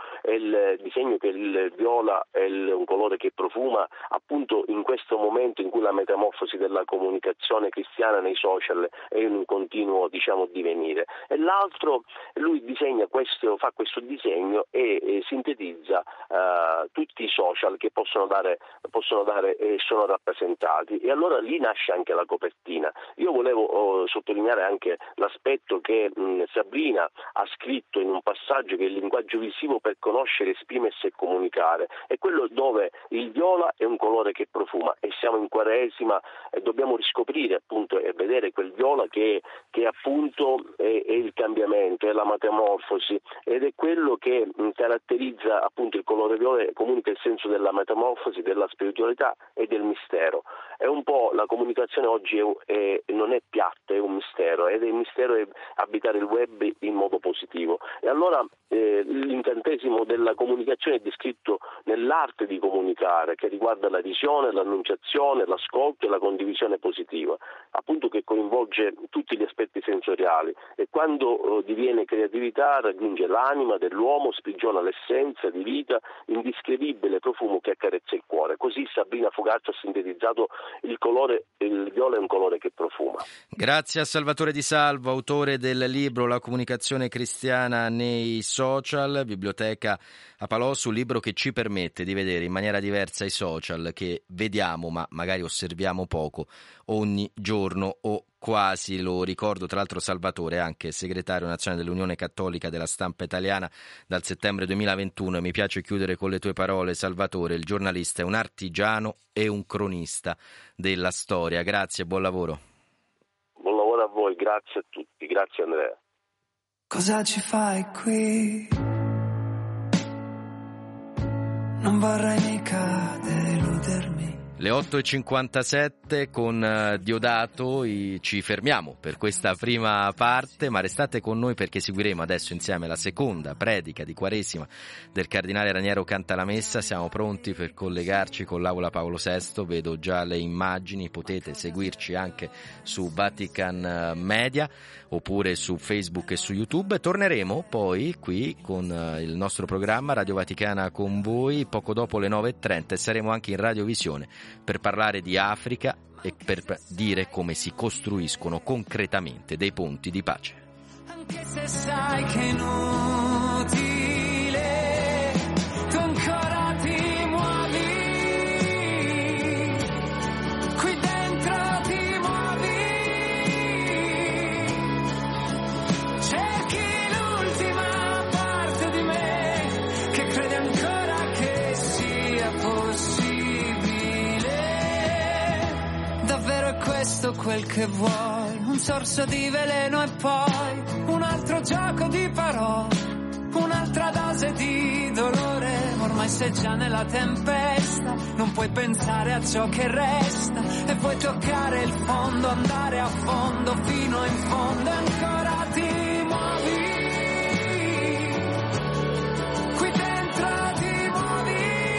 il disegno che il viola è un colore che profuma, appunto in questo momento in cui la metamorfosi della comunicazione cristiana nei social è in un continuo, diciamo, divenire. E l'altro, lui fa questo disegno e sintetizza tutti i social che possono dare e sono rappresentati, e allora lì nasce anche la copertina. Io volevo sottolineare anche l'aspetto che Sabrina ha scritto in un passaggio, che il linguaggio visivo per conoscere, esprimersi e comunicare, è quello dove il viola è un colore che profuma, e siamo in Quaresima e dobbiamo riscoprire appunto e vedere quel viola che appunto è il cambiamento, è la metamorfosi, ed è quello che caratterizza appunto il colore viola, comunica il senso della metamorfosi, della spiritualità e del mistero. È un po' la comunicazione oggi non è piatta, è un mistero, ed il mistero è abitare il web in modo positivo. E allora l'incantesimo della comunicazione è descritto nell'arte di comunicare, che riguarda la visione, l'annunciazione, l'ascolto e la condivisione positiva, appunto, che coinvolge tutti gli aspetti sensoriali, e quando diviene creatività raggiunge l'anima dell'uomo, sprigiona l'essenza di vita, indescrivibile profumo che accarezza il cuore. Così Sabrina Fugazza ha sintetizzato il viola è un colore che profuma. Grazie a Salvatore Di Salvo, autore del libro La comunicazione cristiana nei social, Biblioteca Apalosso, un libro che ci permette di vedere in maniera diversa i social che vediamo ma magari osserviamo poco ogni giorno o quasi. Lo ricordo, tra l'altro Salvatore è anche segretario nazionale dell'Unione Cattolica della Stampa Italiana dal settembre 2021, e mi piace chiudere con le tue parole, Salvatore: il giornalista è un artigiano e un cronista della storia. Grazie e buon lavoro. Buon lavoro a voi, grazie a tutti, grazie Andrea. Cosa ci fai qui? Non vorrei mica deludermi. Le 8.57 con Diodato ci fermiamo per questa prima parte, ma restate con noi perché seguiremo adesso insieme la seconda predica di Quaresima del Cardinale Raniero Cantalamessa. Siamo pronti per collegarci con l'Aula Paolo VI, vedo già le immagini, potete seguirci anche su Vatican Media oppure su Facebook e su YouTube. Torneremo poi qui con il nostro programma Radio Vaticana con voi poco dopo le 9.30 e saremo anche in radiovisione per parlare di Africa e per dire come si costruiscono concretamente dei ponti di pace. Anche se sai che è inutile, tu ancora ti muovi, qui dentro ti muovi, cerchi l'ultima parte di me che crede ancora che sia possibile. Davvero è questo quel che vuoi? Un sorso di veleno e poi un altro gioco di parole, un'altra dose di dolore. Ormai sei già nella tempesta, non puoi pensare a ciò che resta e vuoi toccare il fondo, andare a fondo fino in fondo e ancora ti muovi, qui dentro ti muovi,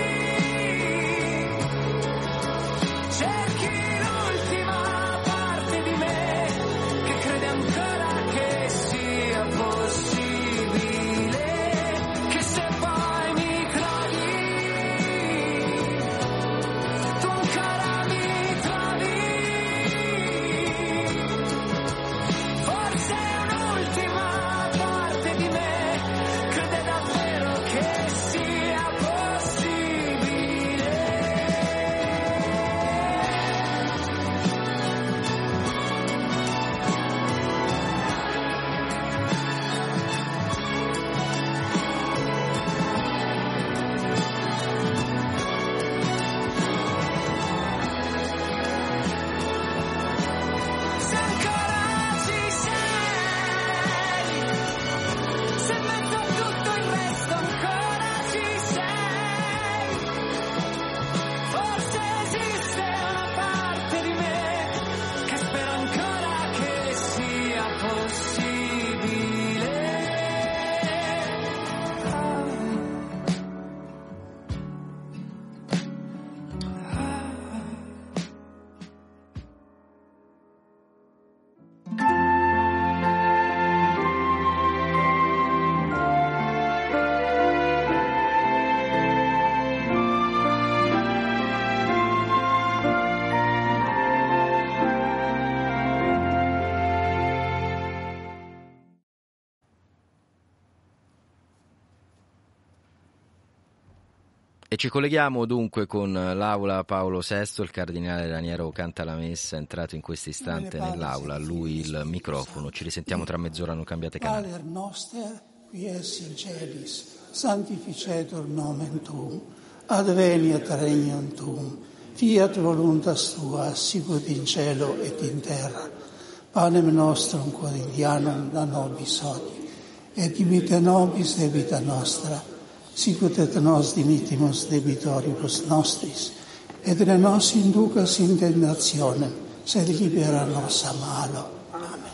cerchi l'ultima parte di me che crede ancora che sia possibile, che se poi mi trovi, tu ancora mi trovi, forse è una E ci colleghiamo dunque con l'Aula Paolo VI, il cardinale Raniero canta la messa, è entrato in questo istante nell'Aula, a lui il microfono. Ci risentiamo tra mezz'ora, non cambiate canale. Pater noster, qui es in celis, sanctificetur nomen tuum, adveniat regnum tuum, fiat voluntas tua, sicut in cielo et in terra. Panem nostrum quotidianum da nobis hodie, et dimitte nobis debita nostra, sicut et nos dimittimus debitoribus nostris, et ne nos inducas in tentationem, sed libera nos a malo. Amen.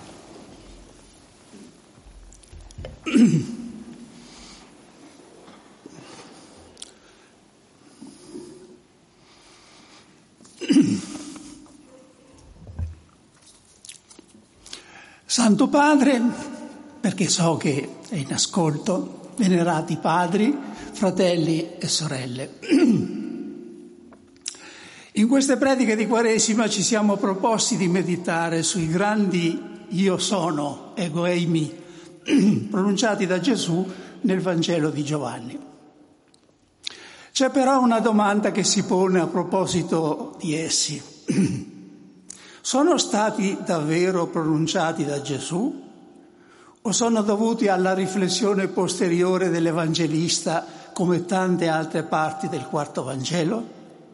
Santo Padre, perché so che è in ascolto, venerati padri, fratelli e sorelle. In queste prediche di Quaresima ci siamo proposti di meditare sui grandi io sono, ego eimi, pronunciati da Gesù nel Vangelo di Giovanni. C'è però una domanda che si pone a proposito di essi. Sono stati davvero pronunciati da Gesù o sono dovuti alla riflessione posteriore dell'Evangelista come tante altre parti del quarto Vangelo?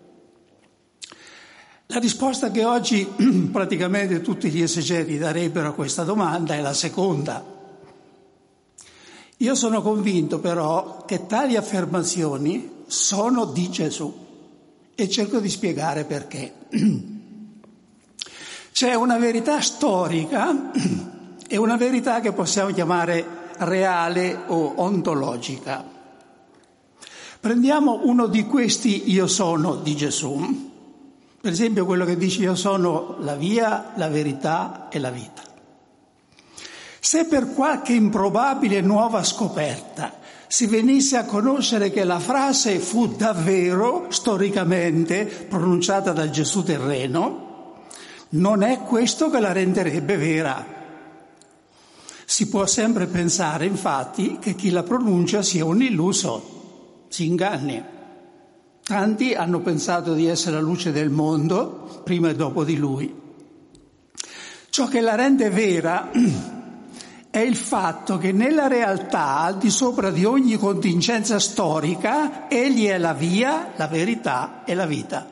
La risposta che oggi praticamente tutti gli esegeti darebbero a questa domanda è la seconda. Io sono convinto però che tali affermazioni sono di Gesù e cerco di spiegare perché. C'è una verità storica e una verità che possiamo chiamare reale o ontologica. Prendiamo uno di questi io sono di Gesù, per esempio quello che dice io sono la via, la verità e la vita. Se per qualche improbabile nuova scoperta si venisse a conoscere che la frase fu davvero storicamente pronunciata da Gesù terreno, non è questo che la renderebbe vera. Si può sempre pensare, infatti, che chi la pronuncia sia un illuso, si inganni. Tanti hanno pensato di essere la luce del mondo, prima e dopo di lui. Ciò che la rende vera è il fatto che nella realtà, al di sopra di ogni contingenza storica, egli è la via, la verità e la vita.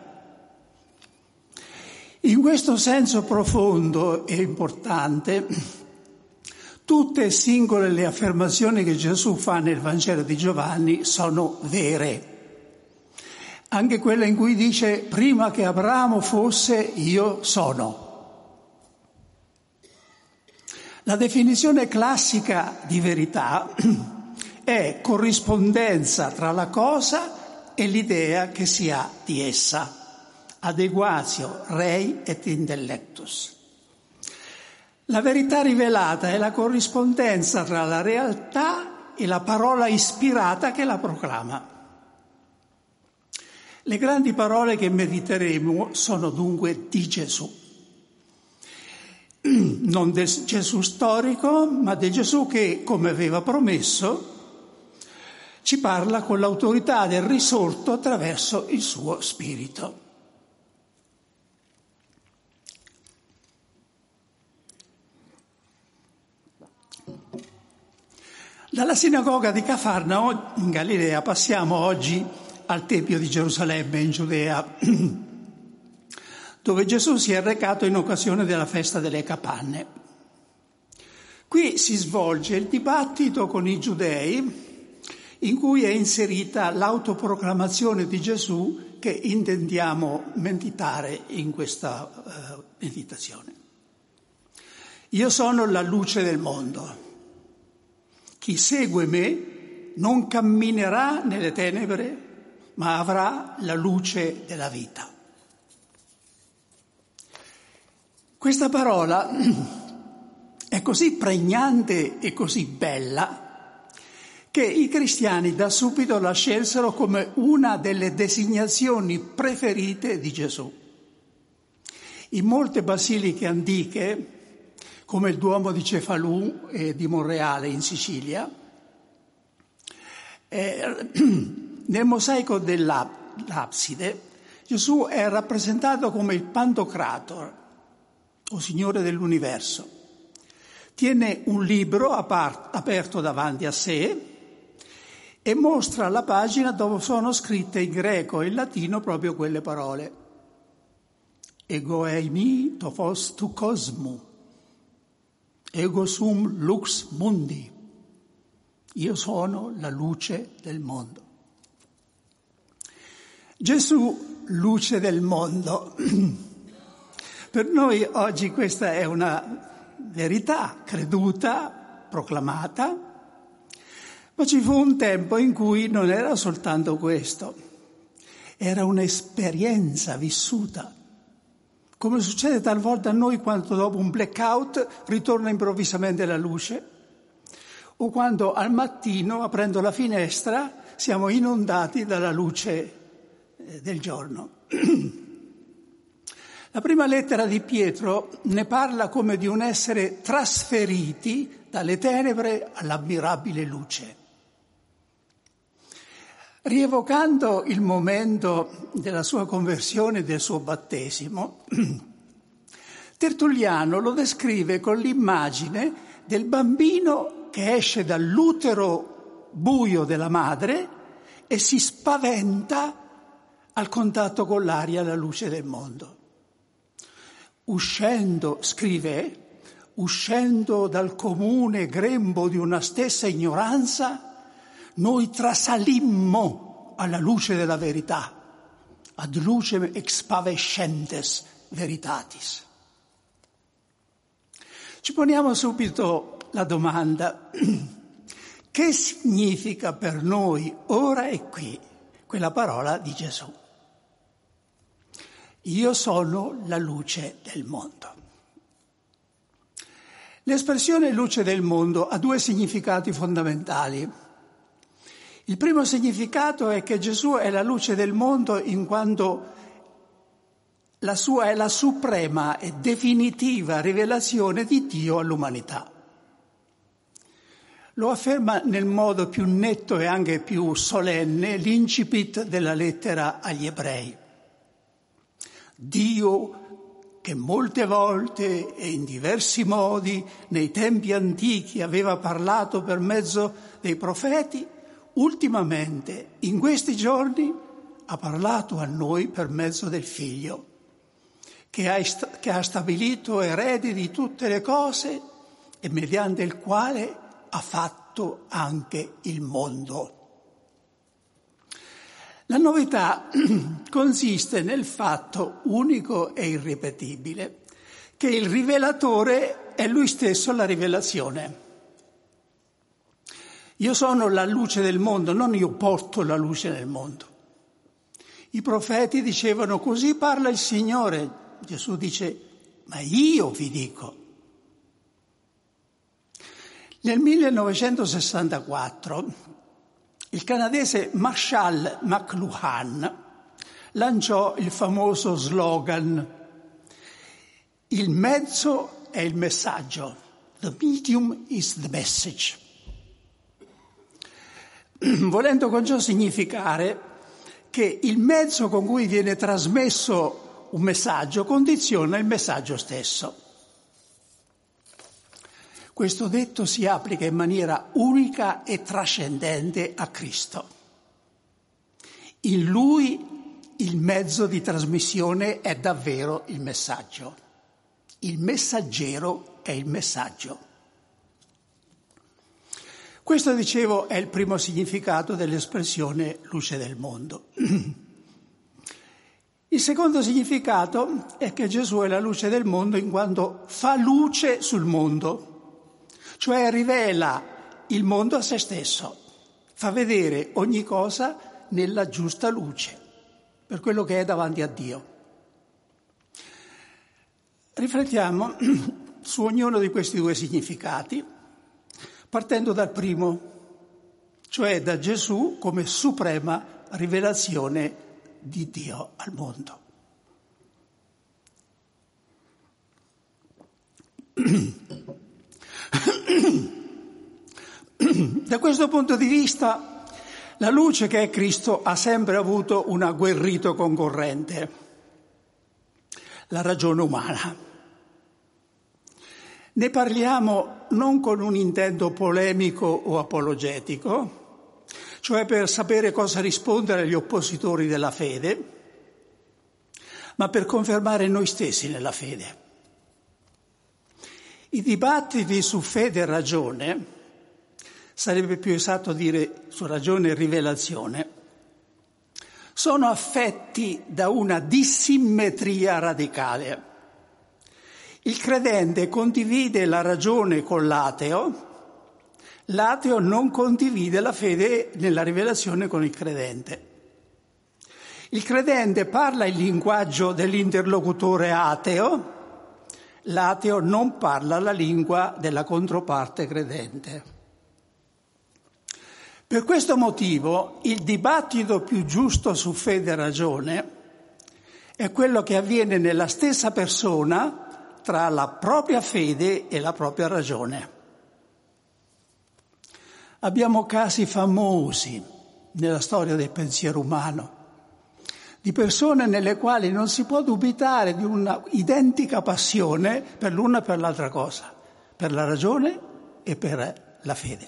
In questo senso profondo e importante, tutte singole le affermazioni che Gesù fa nel Vangelo di Giovanni sono vere. Anche quella in cui dice prima che Abramo fosse io sono. La definizione classica di verità è corrispondenza tra la cosa e l'idea che si ha di essa. Adeguatio rei et intellectus. La verità rivelata è la corrispondenza tra la realtà e la parola ispirata che la proclama. Le grandi parole che mediteremo sono dunque di Gesù. Non del Gesù storico, ma del Gesù che, come aveva promesso, ci parla con l'autorità del risorto attraverso il suo spirito. Dalla sinagoga di Cafarnao in Galilea passiamo oggi al Tempio di Gerusalemme in Giudea, dove Gesù si è recato in occasione della festa delle Capanne. Qui si svolge il dibattito con i giudei in cui è inserita l'autoproclamazione di Gesù che intendiamo meditare in questa meditazione. Io sono la luce del mondo. Chi segue me non camminerà nelle tenebre, ma avrà la luce della vita. Questa parola è così pregnante e così bella che i cristiani da subito la scelsero come una delle designazioni preferite di Gesù. In molte basiliche antiche, come il Duomo di Cefalù e di Monreale in Sicilia, nel mosaico dell'abside Gesù è rappresentato come il Pantocrator, o Signore dell'universo. Tiene un libro aperto davanti a sé e mostra la pagina dove sono scritte in greco e in latino proprio quelle parole. Ego eimi tophos tu cosmu, ego sum lux mundi. Io sono la luce del mondo. Gesù, luce del mondo. Per noi oggi questa è una verità creduta, proclamata, ma ci fu un tempo in cui non era soltanto questo, era un'esperienza vissuta, come succede talvolta a noi quando dopo un blackout ritorna improvvisamente la luce, o quando al mattino, aprendo la finestra, siamo inondati dalla luce del giorno. La prima lettera di Pietro ne parla come di un essere trasferiti dalle tenebre all'ammirabile luce. Rievocando il momento della sua conversione e del suo battesimo, Tertulliano lo descrive con l'immagine del bambino che esce dall'utero buio della madre e si spaventa al contatto con l'aria e la luce del mondo. Uscendo, scrive, uscendo dal comune grembo di una stessa ignoranza, noi trasalimmo alla luce della verità, ad lucem expavescentes veritatis. Ci poniamo subito la domanda: che significa per noi ora e qui quella parola di Gesù? Io sono la luce del mondo. L'espressione luce del mondo ha due significati fondamentali. Il primo significato è che Gesù è la luce del mondo in quanto la sua è la suprema e definitiva rivelazione di Dio all'umanità. Lo afferma nel modo più netto e anche più solenne l'incipit della lettera agli Ebrei. Dio, che molte volte e in diversi modi nei tempi antichi aveva parlato per mezzo dei profeti, ultimamente, in questi giorni, ha parlato a noi per mezzo del Figlio, che ha stabilito erede di tutte le cose e mediante il quale ha fatto anche il mondo. La novità consiste nel fatto unico e irripetibile che il rivelatore è lui stesso la rivelazione. Io sono la luce del mondo, non io porto la luce nel mondo. I profeti dicevano così parla il Signore. Gesù dice ma io vi dico. Nel 1964 il canadese Marshall McLuhan lanciò il famoso slogan: il mezzo è il messaggio, the medium is the message. Volendo con ciò significare che il mezzo con cui viene trasmesso un messaggio condiziona il messaggio stesso. Questo detto si applica in maniera unica e trascendente a Cristo. In Lui il mezzo di trasmissione è davvero il messaggio. Il messaggero è il messaggio. Questo, dicevo, è il primo significato dell'espressione luce del mondo. Il secondo significato è che Gesù è la luce del mondo in quanto fa luce sul mondo. Cioè rivela il mondo a se stesso, fa vedere ogni cosa nella giusta luce, per quello che è davanti a Dio. Riflettiamo su ognuno di questi due significati, partendo dal primo, cioè da Gesù come suprema rivelazione di Dio al mondo. Da questo punto di vista, La luce che è Cristo ha sempre avuto un agguerrito concorrente, la ragione umana. Ne parliamo non con un intento polemico o apologetico, cioè per sapere cosa rispondere agli oppositori della fede, ma per confermare noi stessi nella fede. I dibattiti su fede e ragione, sarebbe più esatto dire su ragione e rivelazione, sono affetti da una dissimmetria radicale. Il credente condivide la ragione con l'ateo non condivide la fede nella rivelazione con il credente. Il credente parla il linguaggio dell'interlocutore ateo, l'ateo non parla la lingua della controparte credente. Per questo motivo il dibattito più giusto su fede e ragione è quello che avviene nella stessa persona tra la propria fede e la propria ragione. Abbiamo casi famosi nella storia del pensiero umano, di persone nelle quali non si può dubitare di una identica passione per l'una e per l'altra cosa, per la ragione e per la fede.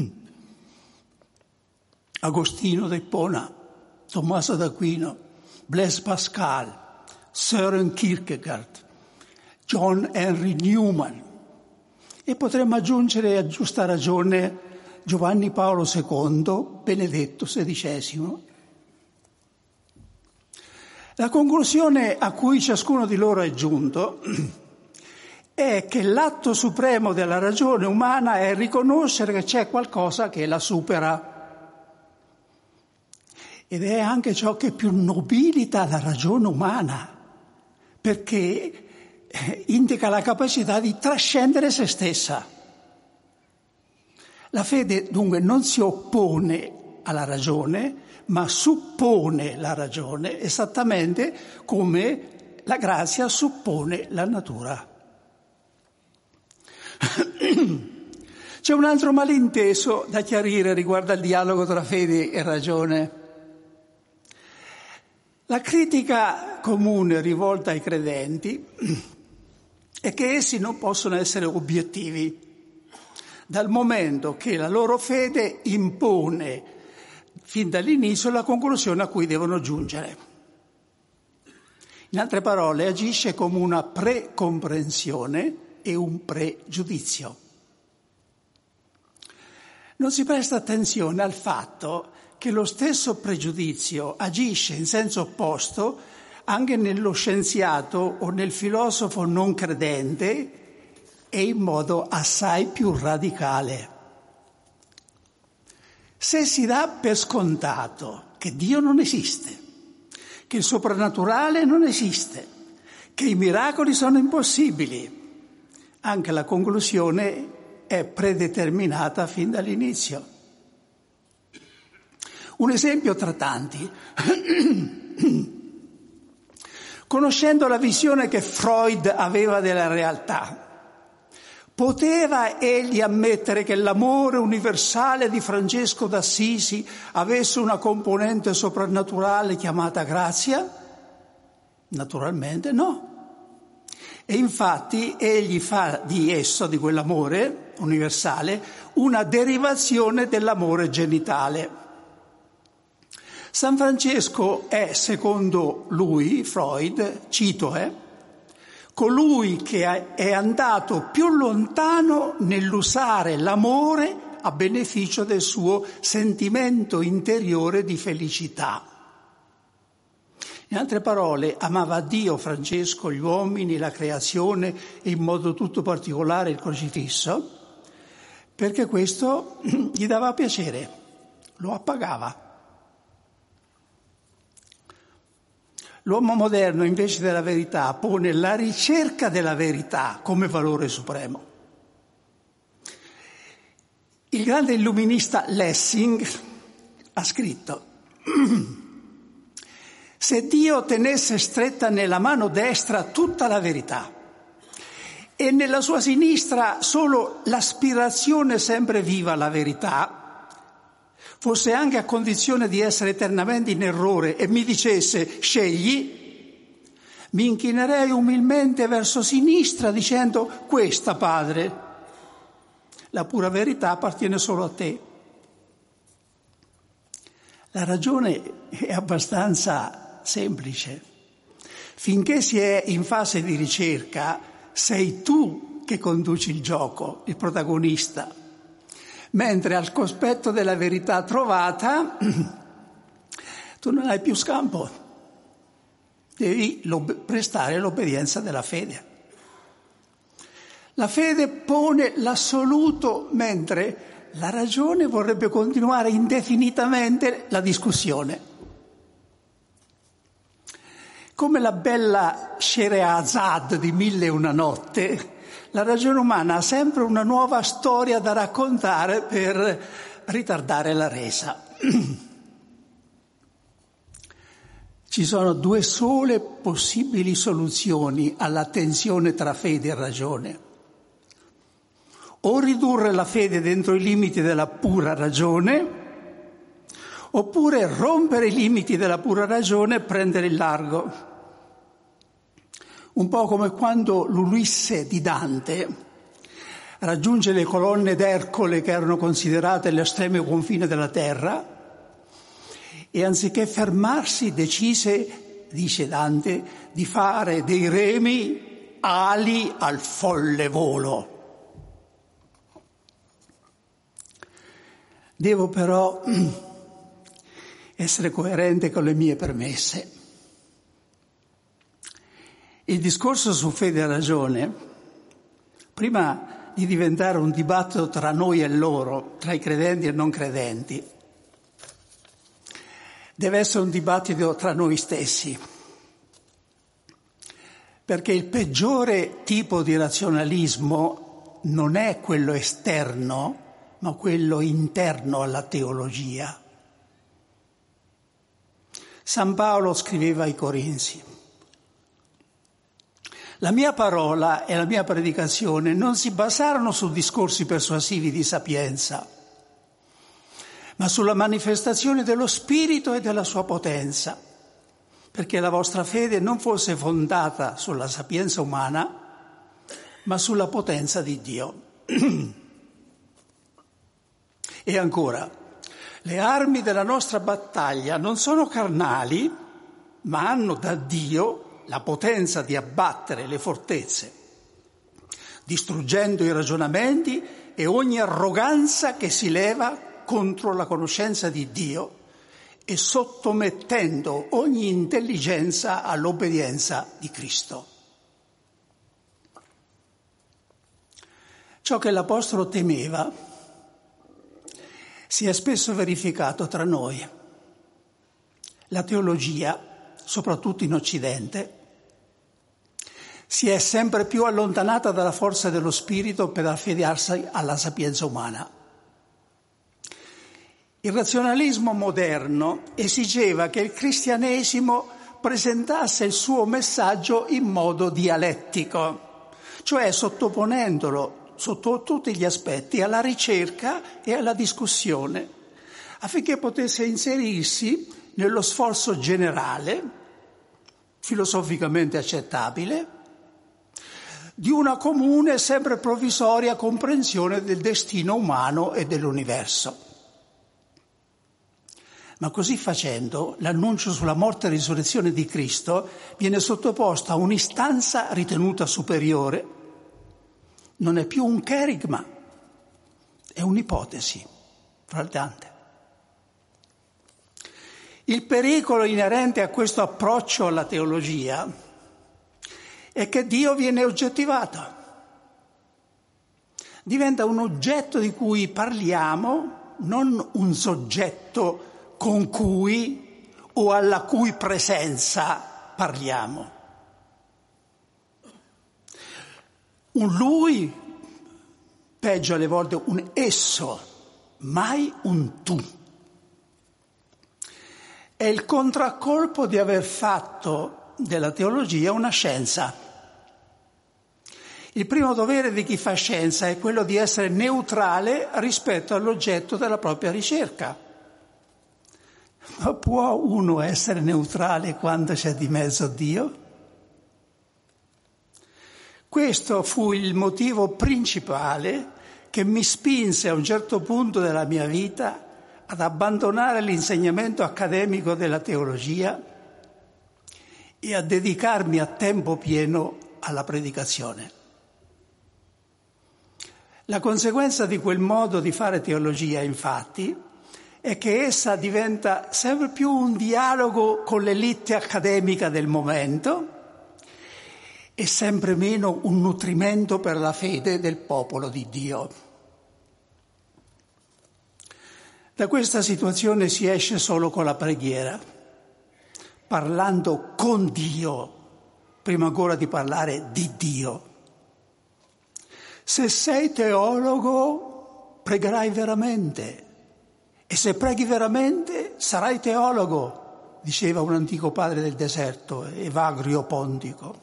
Agostino d'Ippona, Tommaso d'Aquino, Blaise Pascal, Søren Kierkegaard, John Henry Newman e potremmo aggiungere a giusta ragione Giovanni Paolo II, Benedetto XVI. La conclusione a cui ciascuno di loro è giunto è che l'atto supremo della ragione umana è riconoscere che c'è qualcosa che la supera. Ed è anche ciò che più nobilita la ragione umana, perché indica la capacità di trascendere se stessa. La fede dunque non si oppone alla ragione, ma suppone la ragione, esattamente come la grazia suppone la natura. C'è un altro malinteso da chiarire riguardo al dialogo tra fede e ragione. La critica comune rivolta ai credenti è che essi non possono essere obiettivi, dal momento che la loro fede impone fin dall'inizio la conclusione a cui devono giungere. In altre parole, agisce come una precomprensione e un pregiudizio. Non si presta attenzione al fatto che lo stesso pregiudizio agisce in senso opposto anche nello scienziato o nel filosofo non credente e in modo assai più radicale. Se si dà per scontato che Dio non esiste, che il soprannaturale non esiste, che i miracoli sono impossibili, anche la conclusione è predeterminata fin dall'inizio. Un esempio tra tanti. Conoscendo la visione che Freud aveva della realtà, poteva egli ammettere che l'amore universale di Francesco d'Assisi avesse una componente soprannaturale chiamata grazia? Naturalmente no. E infatti egli fa di esso, di quell'amore universale, una derivazione dell'amore genitale. San Francesco è, secondo lui, Freud, cito, colui che è andato più lontano nell'usare l'amore a beneficio del suo sentimento interiore di felicità. In altre parole, amava Dio Francesco, gli uomini, la creazione e in modo tutto particolare il crocifisso, perché questo gli dava piacere, lo appagava. L'uomo moderno, invece della verità, pone la ricerca della verità come valore supremo. Il grande illuminista Lessing ha scritto: se Dio tenesse stretta nella mano destra tutta la verità e nella sua sinistra solo l'aspirazione sempre viva alla verità, fosse anche a condizione di essere eternamente in errore e mi dicesse scegli, mi inchinerei umilmente verso sinistra dicendo: questa, Padre, la pura verità appartiene solo a te. La ragione è abbastanza semplice. Finché si è in fase di ricerca, sei tu che conduci il gioco, il protagonista. Mentre al cospetto della verità trovata tu non hai più scampo, devi prestare l'obbedienza della fede. La fede pone l'assoluto, mentre la ragione vorrebbe continuare indefinitamente la discussione. Come la bella Scheherazade di Mille e una notte, la ragione umana ha sempre una nuova storia da raccontare per ritardare la resa. Ci sono due sole possibili soluzioni alla tensione tra fede e ragione. O ridurre la fede dentro i limiti della pura ragione, oppure rompere i limiti della pura ragione e prendere il largo. Un po' come quando l'Ulisse di Dante raggiunge le colonne d'Ercole che erano considerate l'estremo confine della terra e anziché fermarsi decise, dice Dante, di fare dei remi ali al folle volo. Devo però essere coerente con le mie premesse. Il discorso su fede e ragione, prima di diventare un dibattito tra noi e loro, tra i credenti e non credenti, deve essere un dibattito tra noi stessi, perché il peggiore tipo di razionalismo non è quello esterno, ma quello interno alla teologia. San Paolo scriveva ai Corinzi: la mia parola e la mia predicazione non si basarono su discorsi persuasivi di sapienza, ma sulla manifestazione dello Spirito e della sua potenza, perché la vostra fede non fosse fondata sulla sapienza umana, ma sulla potenza di Dio. E ancora, le armi della nostra battaglia non sono carnali, ma hanno da Dio la potenza di abbattere le fortezze, distruggendo i ragionamenti e ogni arroganza che si leva contro la conoscenza di Dio e sottomettendo ogni intelligenza all'obbedienza di Cristo. Ciò che l'Apostolo temeva si è spesso verificato tra noi. La teologia, soprattutto in Occidente, si è sempre più allontanata dalla forza dello Spirito per affidarsi alla sapienza umana. Il razionalismo moderno esigeva che il cristianesimo presentasse il suo messaggio in modo dialettico, cioè sottoponendolo sotto tutti gli aspetti alla ricerca e alla discussione, affinché potesse inserirsi nello sforzo generale, filosoficamente accettabile, di una comune e sempre provvisoria comprensione del destino umano e dell'universo. Ma così facendo, l'annuncio sulla morte e risurrezione di Cristo viene sottoposto a un'istanza ritenuta superiore. Non è più un cherigma, è un'ipotesi, fra le tante. Il pericolo inerente a questo approccio alla teologia è che Dio viene oggettivato. Diventa un oggetto di cui parliamo, non un soggetto con cui o alla cui presenza parliamo. Un lui, peggio alle volte un esso, mai un tu. È il contraccolpo di aver fatto della teologia una scienza. Il primo dovere di chi fa scienza è quello di essere neutrale rispetto all'oggetto della propria ricerca. Ma può uno essere neutrale quando c'è di mezzo Dio? Questo fu il motivo principale che mi spinse a un certo punto della mia vita ad abbandonare l'insegnamento accademico della teologia e a dedicarmi a tempo pieno alla predicazione. La conseguenza di quel modo di fare teologia, infatti, è che essa diventa sempre più un dialogo con l'elite accademica del momento e sempre meno un nutrimento per la fede del popolo di Dio. Da questa situazione si esce solo con la preghiera, parlando con Dio, prima ancora di parlare di Dio. Se sei teologo, pregherai veramente. E se preghi veramente, sarai teologo, diceva un antico padre del deserto, Evagrio Pontico.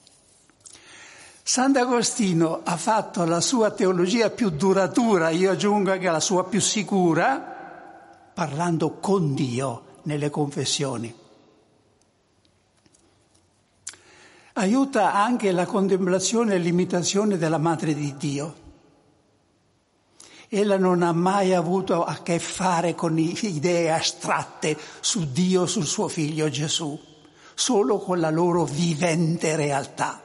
Sant'Agostino ha fatto la sua teologia più duratura, io aggiungo anche la sua più sicura, parlando con Dio nelle confessioni. Aiuta anche la contemplazione e l'imitazione della Madre di Dio. Ella non ha mai avuto a che fare con idee astratte su Dio, sul suo figlio Gesù, solo con la loro vivente realtà.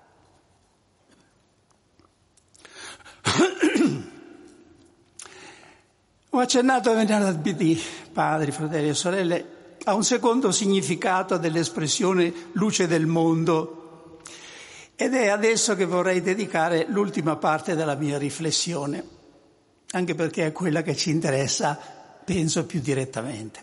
Ho accennato venerdì, padri, fratelli e sorelle, a un secondo significato dell'espressione luce del mondo ed è adesso che vorrei dedicare l'ultima parte della mia riflessione, anche perché è quella che ci interessa, penso, più direttamente.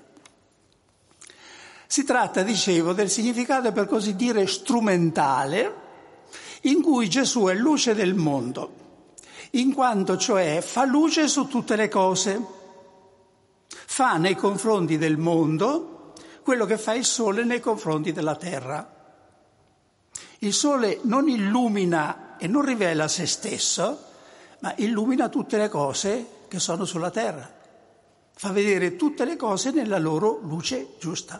Si tratta, dicevo, del significato per così dire strumentale in cui Gesù è luce del mondo, in quanto cioè fa luce su tutte le cose, fa nei confronti del mondo quello che fa il sole nei confronti della terra. Il sole non illumina e non rivela se stesso, ma illumina tutte le cose che sono sulla terra, fa vedere tutte le cose nella loro luce giusta.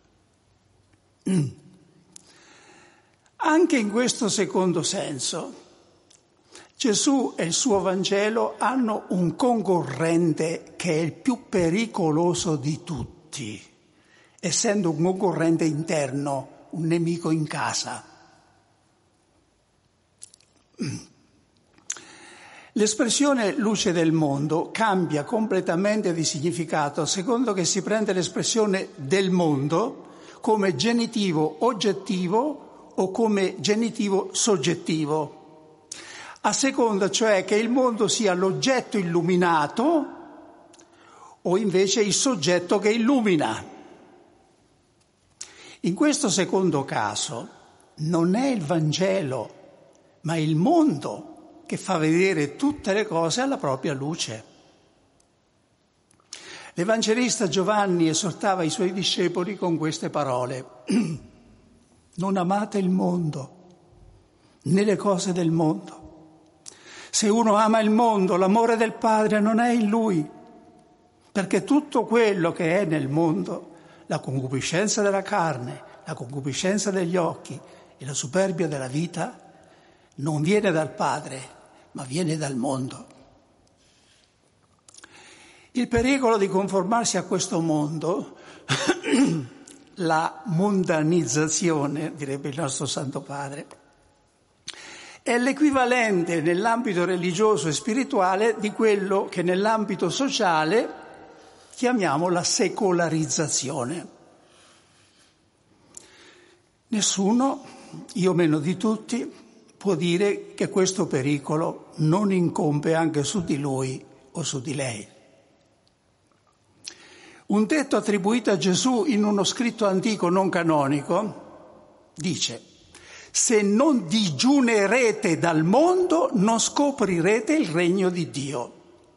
Anche in questo secondo senso, Gesù e il suo Vangelo hanno un concorrente che è il più pericoloso di tutti, essendo un concorrente interno, un nemico in casa. L'espressione luce del mondo cambia completamente di significato secondo che si prende l'espressione del mondo come genitivo oggettivo o come genitivo soggettivo. A seconda cioè che il mondo sia l'oggetto illuminato o invece il soggetto che illumina. In questo secondo caso non è il Vangelo, ma il mondo che fa vedere tutte le cose alla propria luce. L'Evangelista Giovanni esortava i suoi discepoli con queste parole: non amate il mondo, né le cose del mondo. Se uno ama il mondo, l'amore del Padre non è in lui, perché tutto quello che è nel mondo, la concupiscenza della carne, la concupiscenza degli occhi e la superbia della vita, non viene dal Padre, ma viene dal mondo. Il pericolo di conformarsi a questo mondo, la mondanizzazione, direbbe il nostro Santo Padre, è l'equivalente nell'ambito religioso e spirituale di quello che nell'ambito sociale chiamiamo la secolarizzazione. Nessuno, io meno di tutti, può dire che questo pericolo non incombe anche su di lui o su di lei. Un detto attribuito a Gesù in uno scritto antico non canonico dice: se non digiunerete dal mondo, non scoprirete il regno di Dio.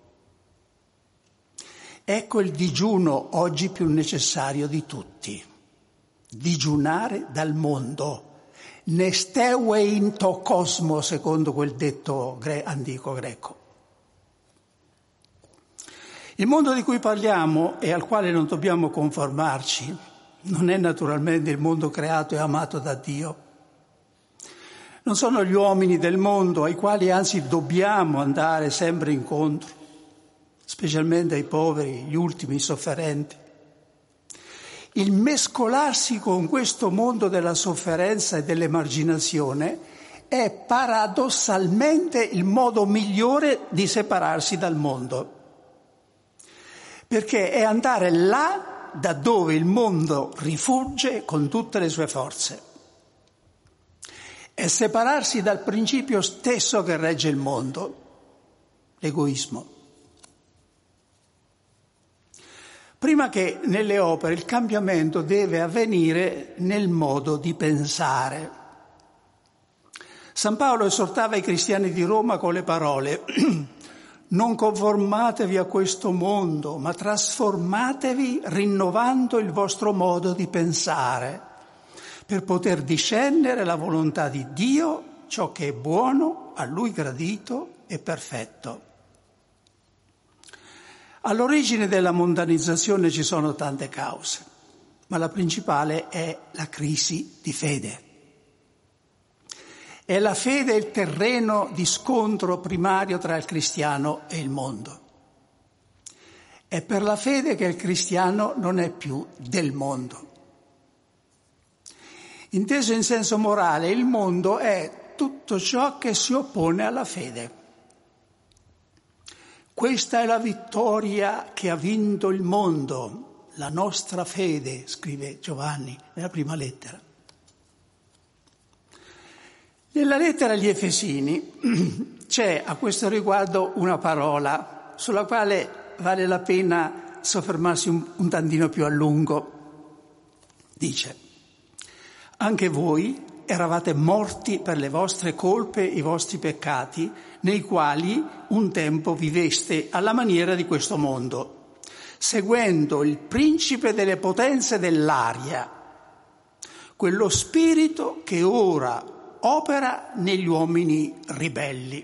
Ecco il digiuno oggi più necessario di tutti. Digiunare dal mondo. Nesteuein to cosmo, secondo quel detto antico greco. Il mondo di cui parliamo e al quale non dobbiamo conformarci non è naturalmente il mondo creato e amato da Dio. Non sono gli uomini del mondo ai quali anzi dobbiamo andare sempre incontro, specialmente ai poveri, gli ultimi, i sofferenti. Il mescolarsi con questo mondo della sofferenza e dell'emarginazione è paradossalmente il modo migliore di separarsi dal mondo, perché è andare là da dove il mondo rifugge con tutte le sue forze. È separarsi dal principio stesso che regge il mondo, l'egoismo. Prima che nelle opere il cambiamento deve avvenire nel modo di pensare. San Paolo esortava i cristiani di Roma con le parole: non conformatevi a questo mondo, ma trasformatevi rinnovando il vostro modo di pensare, per poter discernere la volontà di Dio, ciò che è buono, a Lui gradito e perfetto. All'origine della mondanizzazione ci sono tante cause, ma la principale è la crisi di fede. È la fede il terreno di scontro primario tra il cristiano e il mondo. È per la fede che il cristiano non è più del mondo. Inteso in senso morale, il mondo è tutto ciò che si oppone alla fede. Questa è la vittoria che ha vinto il mondo, la nostra fede, scrive Giovanni nella prima lettera. Nella lettera agli Efesini c'è a questo riguardo una parola sulla quale vale la pena soffermarsi un tantino più a lungo. Dice: anche voi eravate morti per le vostre colpe e i vostri peccati, nei quali un tempo viveste alla maniera di questo mondo, seguendo il principe delle potenze dell'aria, quello spirito che ora opera negli uomini ribelli.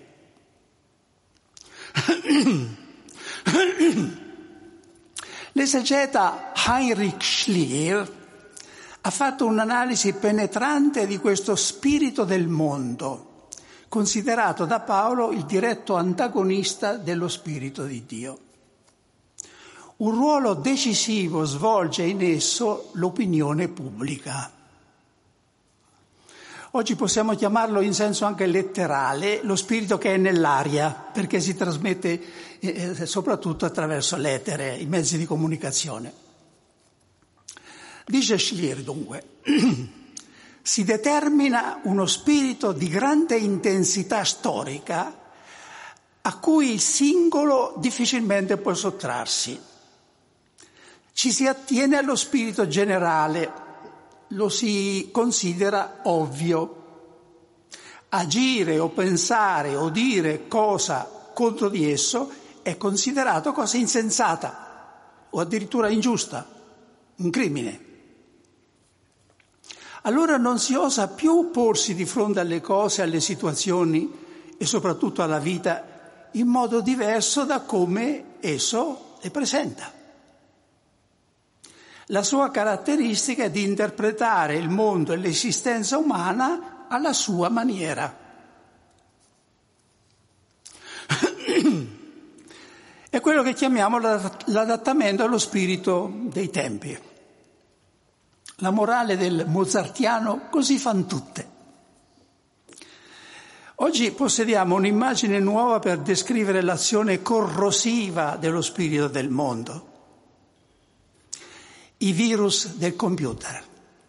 L'esegeta Heinrich Schlier ha fatto un'analisi penetrante di questo spirito del mondo, considerato da Paolo il diretto antagonista dello spirito di Dio. Un ruolo decisivo svolge in esso l'opinione pubblica. Oggi possiamo chiamarlo in senso anche letterale lo spirito che è nell'aria, perché si trasmette soprattutto attraverso l'etere, i mezzi di comunicazione. Dice Schlier dunque: si determina uno spirito di grande intensità storica a cui il singolo difficilmente può sottrarsi. Ci si attiene allo spirito generale, lo si considera ovvio. Agire o pensare o dire cosa contro di esso è considerato cosa insensata o addirittura ingiusta, un crimine. Allora non si osa più porsi di fronte alle cose, alle situazioni e soprattutto alla vita in modo diverso da come esso le presenta. La sua caratteristica è di interpretare il mondo e l'esistenza umana alla sua maniera. È quello che chiamiamo l'adattamento allo spirito dei tempi. La morale del mozartiano: così fan tutte. Oggi possediamo un'immagine nuova per descrivere l'azione corrosiva dello spirito del mondo: i virus del computer.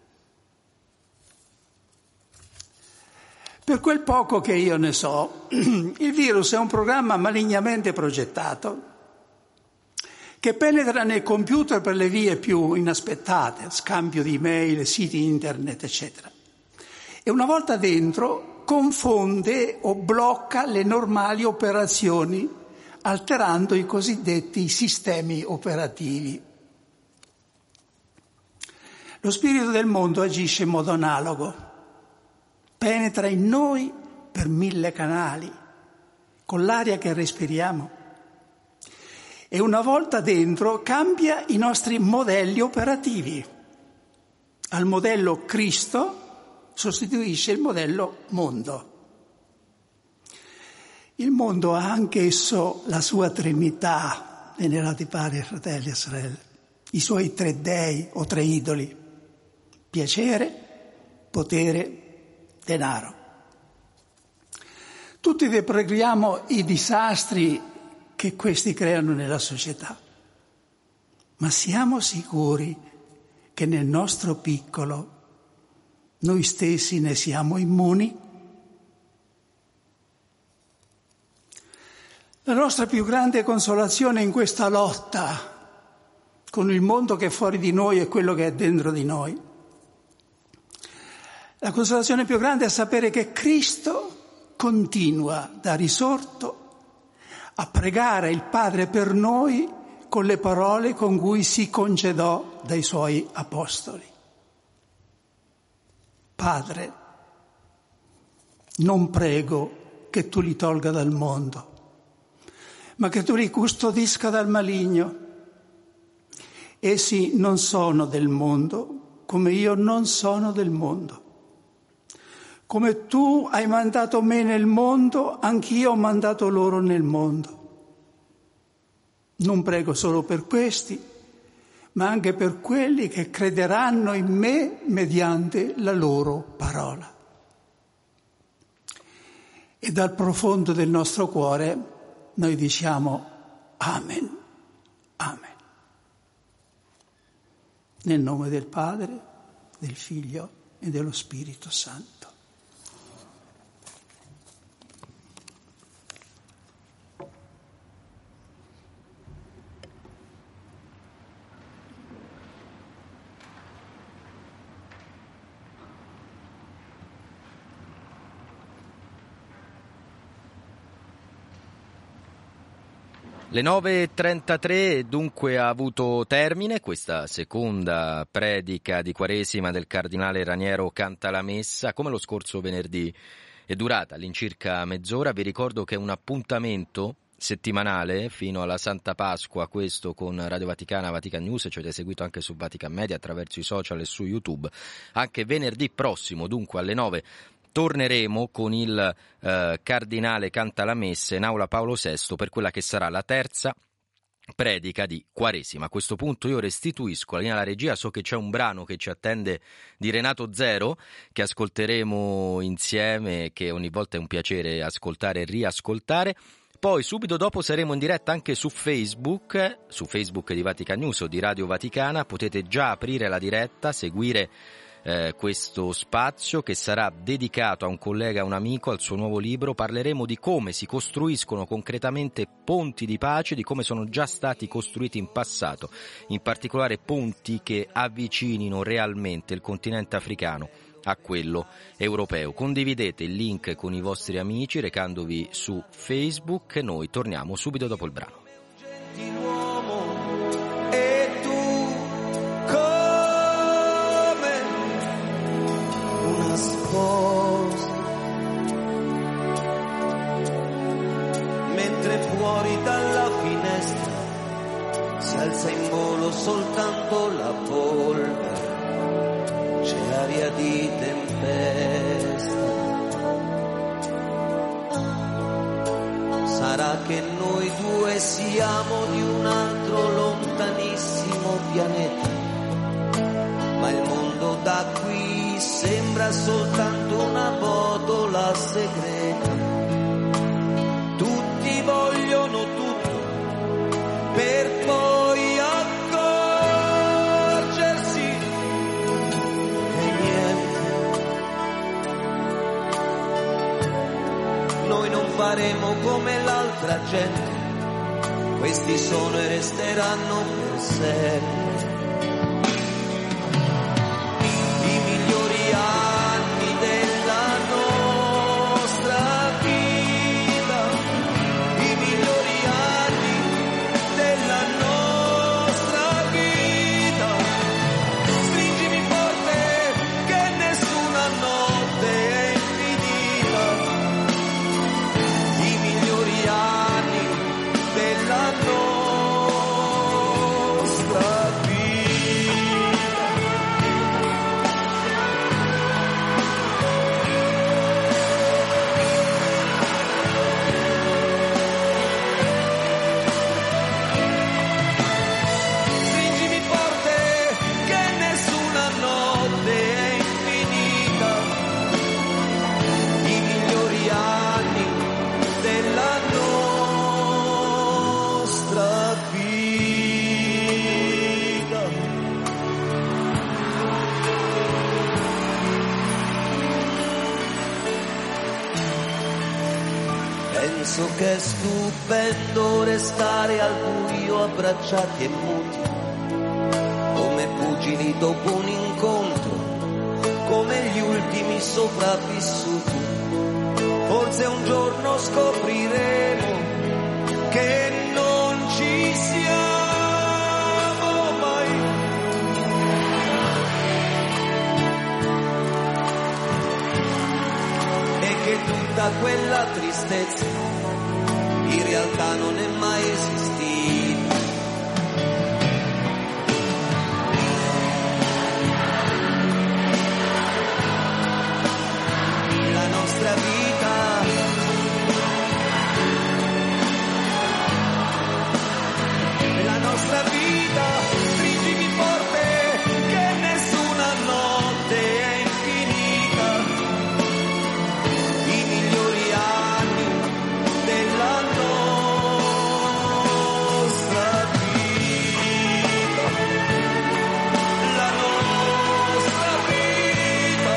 Per quel poco che io ne so, il virus è un programma malignamente progettato che penetra nel computer per le vie più inaspettate, scambio di email, siti internet, eccetera. E una volta dentro confonde o blocca le normali operazioni, alterando i cosiddetti sistemi operativi. Lo spirito del mondo agisce in modo analogo, penetra in noi per 1000 canali, con l'aria che respiriamo. e una volta dentro cambia i nostri modelli operativi. Al modello Cristo sostituisce il modello mondo. Il mondo ha anche esso la sua trinità, venerati padri, fratelli e sorelle, i suoi 3 dei o 3 idoli: piacere, potere, denaro. Tutti deploriamo i disastri che questi creano nella società, ma siamo sicuri che nel nostro piccolo noi stessi ne siamo immuni? La nostra più grande consolazione in questa lotta con il mondo che è fuori di noi e quello che è dentro di noi, la consolazione più grande è sapere che Cristo continua da risorto a pregare il Padre per noi con le parole con cui si concedò dai Suoi Apostoli. Padre, non prego che Tu li tolga dal mondo, ma che Tu li custodisca dal maligno. Essi non sono del mondo, come io non sono del mondo. Come Tu hai mandato me nel mondo, anch'io ho mandato loro nel mondo. Non prego solo per questi, ma anche per quelli che crederanno in me mediante la loro parola. E dal profondo del nostro cuore noi diciamo Amen, Amen. Nel nome del Padre, del Figlio e dello Spirito Santo. Le 9.33 dunque ha avuto termine questa seconda predica di Quaresima del cardinale Raniero Cantalamessa. Come lo scorso venerdì è durata all'incirca mezz'ora. Vi ricordo che è un appuntamento settimanale fino alla Santa Pasqua, questo con Radio Vaticana, Vatican News, ci avete seguito anche su Vatican Media attraverso i social e su YouTube. Anche venerdì prossimo, dunque alle 9, torneremo con il cardinale Cantalamessa in aula Paolo VI per quella che sarà la terza predica di Quaresima. A questo punto io restituisco la linea alla regia. So che c'è un brano che ci attende di Renato Zero che ascolteremo insieme, che ogni volta è un piacere ascoltare e riascoltare. Poi subito dopo saremo in diretta anche su Facebook di Vatican News o di Radio Vaticana. Potete già aprire la diretta, seguire questo spazio che sarà dedicato a un collega, a un amico, al suo nuovo libro. Parleremo di come si costruiscono concretamente ponti di pace, di come sono già stati costruiti in passato, in particolare ponti che avvicinino realmente il continente africano a quello europeo. Condividete il link con i vostri amici recandovi su Facebook. Noi torniamo subito dopo il brano. Mentre fuori dalla finestra si alza in volo soltanto la polvere, c'è aria di tempesta. Sarà che noi due siamo di un altro lontanissimo pianeta, ma il mondo da qui sembra soltanto una botola segreta. Tutti vogliono tutto per poi accorgersi che niente. Noi non faremo come l'altra gente, questi sono e resteranno per sempre. Penso che è stupendo restare al buio abbracciati e muti, come pugili dopo un incontro, come gli ultimi sopravvissuti. Forse un giorno scopriremo che non ci siamo mai. E che tutta quella tristezza in realtà non è mai esistita. La nostra vita la nostra vita, stringimi forte che nessuna notte è infinita. I migliori anni della nostra vita, la nostra vita,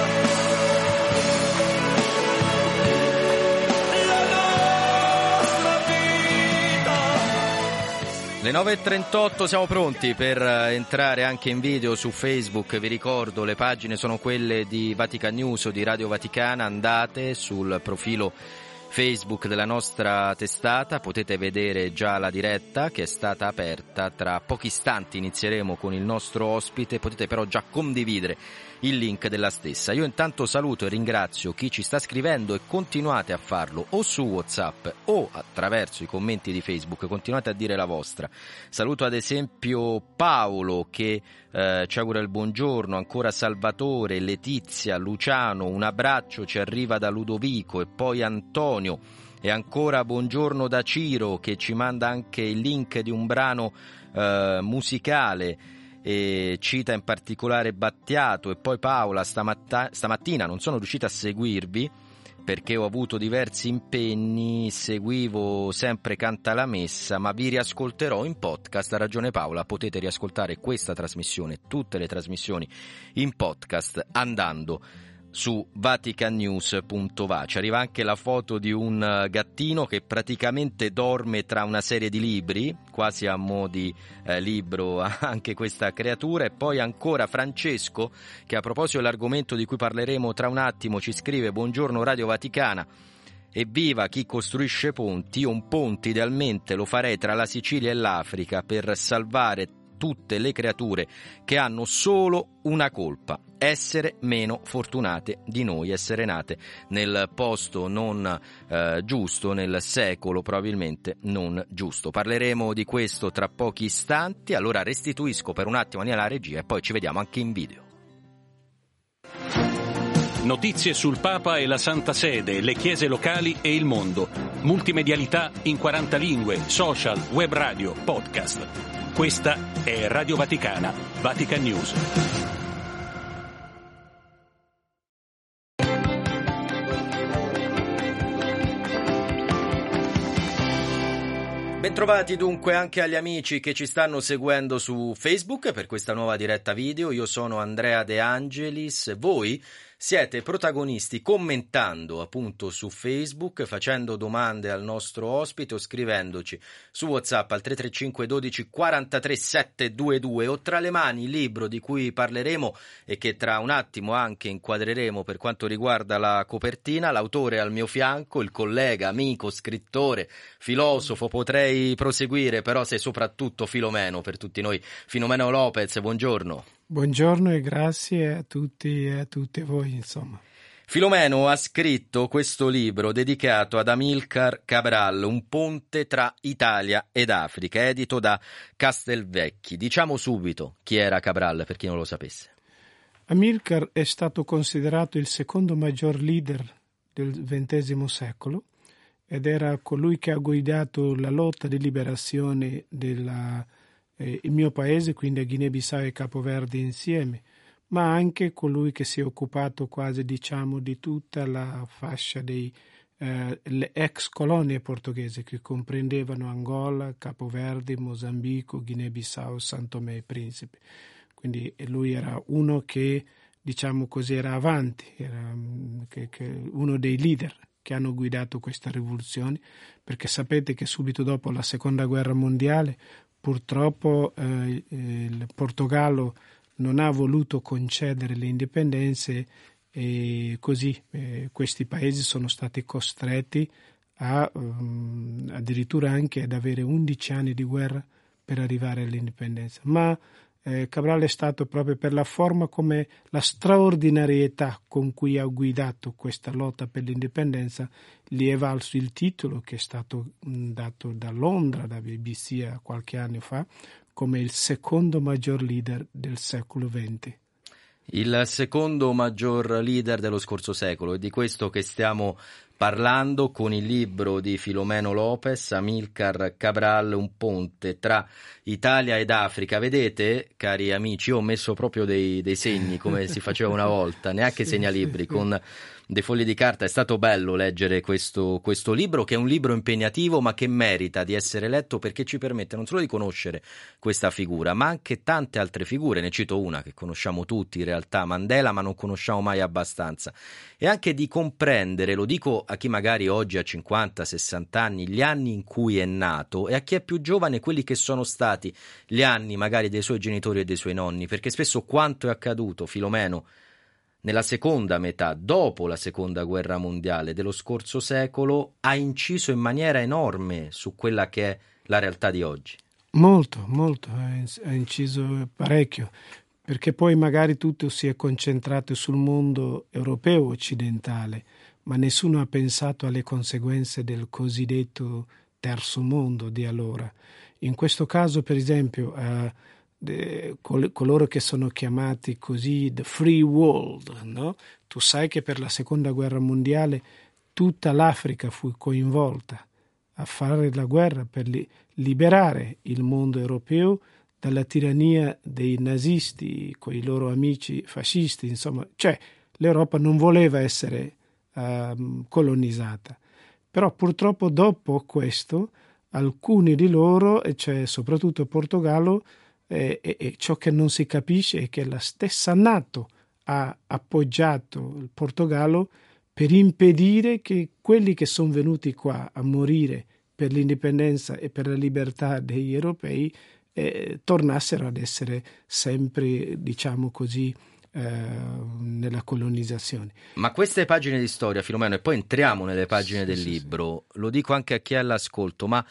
la nostra vita. Le 9.38 siamo pronti per entrare anche in video su Facebook. Vi ricordo, le pagine sono quelle di Vatican News o di Radio Vaticana. Andate sul profilo Facebook della nostra testata, potete vedere già la diretta che è stata aperta. Tra pochi istanti inizieremo con il nostro ospite, potete però già condividere il link della stessa. Io intanto saluto e ringrazio chi ci sta scrivendo e continuate a farlo o su WhatsApp o attraverso i commenti di Facebook, continuate a dire la vostra. Saluto ad esempio Paolo che ci augura il buongiorno, ancora Salvatore, Letizia, Luciano, un abbraccio ci arriva da Ludovico e poi Antonio e ancora buongiorno da Ciro che ci manda anche il link di un brano musicale e cita in particolare Battiato. E poi Paola, stamattina non sono riuscita a seguirvi perché ho avuto diversi impegni, seguivo sempre Canta la Messa, ma vi riascolterò in podcast. Ha ragione Paola, potete riascoltare questa trasmissione, tutte le trasmissioni in podcast andando su vaticannews.va. Ci arriva anche la foto di un gattino che praticamente dorme tra una serie di libri, quasi a mo' di libro anche questa creatura. E poi ancora Francesco che, a proposito dell'argomento di cui parleremo tra un attimo, ci scrive: buongiorno Radio Vaticana, evviva chi costruisce ponti. Io un ponte idealmente lo farei tra la Sicilia e l'Africa per salvare tutte le creature che hanno solo una colpa: essere meno fortunate di noi, essere nate nel posto non giusto, nel secolo probabilmente non giusto. Parleremo di questo tra pochi istanti. Allora restituisco per un attimo alla regia e poi ci vediamo anche in video. Notizie sul Papa e la Santa Sede, le chiese locali e il mondo. Multimedialità in 40 lingue, social, web radio, podcast. Questa è Radio Vaticana, Vatican News. Bentrovati dunque anche agli amici che ci stanno seguendo su Facebook per questa nuova diretta video. Io sono Andrea De Angelis, voi siete protagonisti commentando appunto su Facebook, facendo domande al nostro ospite o scrivendoci su WhatsApp al 335 12 43 722. Ho tra le mani il libro di cui parleremo e che tra un attimo anche inquadreremo per quanto riguarda la copertina. L'autore è al mio fianco, il collega, amico, scrittore, filosofo. Potrei proseguire, però sei soprattutto Filomeno per tutti noi. Filomeno Lopez, buongiorno. Buongiorno e grazie a tutti e a tutte voi, insomma. Filomeno ha scritto questo libro dedicato ad Amilcar Cabral, Un ponte tra Italia ed Africa, edito da Castelvecchi. Diciamo subito chi era Cabral, per chi non lo sapesse. Amilcar è stato considerato il secondo maggior leader del XX secolo ed era colui che ha guidato la lotta di liberazione il mio paese, quindi Guinea-Bissau e Capoverde insieme, ma anche colui che si è occupato quasi, diciamo, di tutta la fascia le ex colonie portoghesi che comprendevano Angola, Capoverde, Mozambico, Guinea-Bissau, San Tomé e Principe. Quindi lui era uno che, diciamo così, era avanti, era uno dei leader che hanno guidato questa rivoluzione, perché sapete che subito dopo la seconda guerra mondiale purtroppo il Portogallo non ha voluto concedere le indipendenze e così questi paesi sono stati costretti addirittura anche ad avere 11 anni di guerra per arrivare all'indipendenza. Ma Cabral è stato, proprio per la forma, come la straordinarietà con cui ha guidato questa lotta per l'indipendenza, gli è valso il titolo che è stato dato da Londra, da BBC qualche anno fa, come il secondo maggior leader del secolo XX. Il secondo maggior leader dello scorso secolo, è di questo che stiamo parlando con il libro di Filomeno Lopez, Amílcar Cabral, Un ponte tra Italia ed Africa. Vedete, cari amici, io ho messo proprio dei segni come si faceva una volta, neanche segnalibri, con dei fogli di carta. È stato bello leggere questo libro, che è un libro impegnativo ma che merita di essere letto, perché ci permette non solo di conoscere questa figura ma anche tante altre figure. Ne cito una che conosciamo tutti in realtà, Mandela, ma non conosciamo mai abbastanza, e anche di comprendere, lo dico a chi magari oggi ha 50-60 anni, gli anni in cui è nato, e a chi è più giovane quelli che sono stati gli anni magari dei suoi genitori e dei suoi nonni, perché spesso quanto è accaduto, Filomeno, nella seconda metà, dopo la seconda guerra mondiale dello scorso secolo, ha inciso in maniera enorme su quella che è la realtà di oggi. Molto, ha inciso parecchio, perché poi magari tutto si è concentrato sul mondo europeo occidentale, ma nessuno ha pensato alle conseguenze del cosiddetto terzo mondo di allora. In questo caso, per esempio, coloro che sono chiamati così the free world, no? Tu sai che per la seconda guerra mondiale tutta l'Africa fu coinvolta a fare la guerra per liberare il mondo europeo dalla tirannia dei nazisti, con i loro amici fascisti, insomma, cioè l'Europa non voleva essere colonizzata. Però purtroppo dopo questo alcuni di loro, cioè soprattutto Portogallo, e ciò che non si capisce è che la stessa NATO ha appoggiato il Portogallo per impedire che quelli che sono venuti qua a morire per l'indipendenza e per la libertà degli europei tornassero ad essere sempre, diciamo così, nella colonizzazione. Ma queste pagine di storia, Filomeno, e poi entriamo nelle pagine del libro, lo dico anche a chi è all'ascolto, ma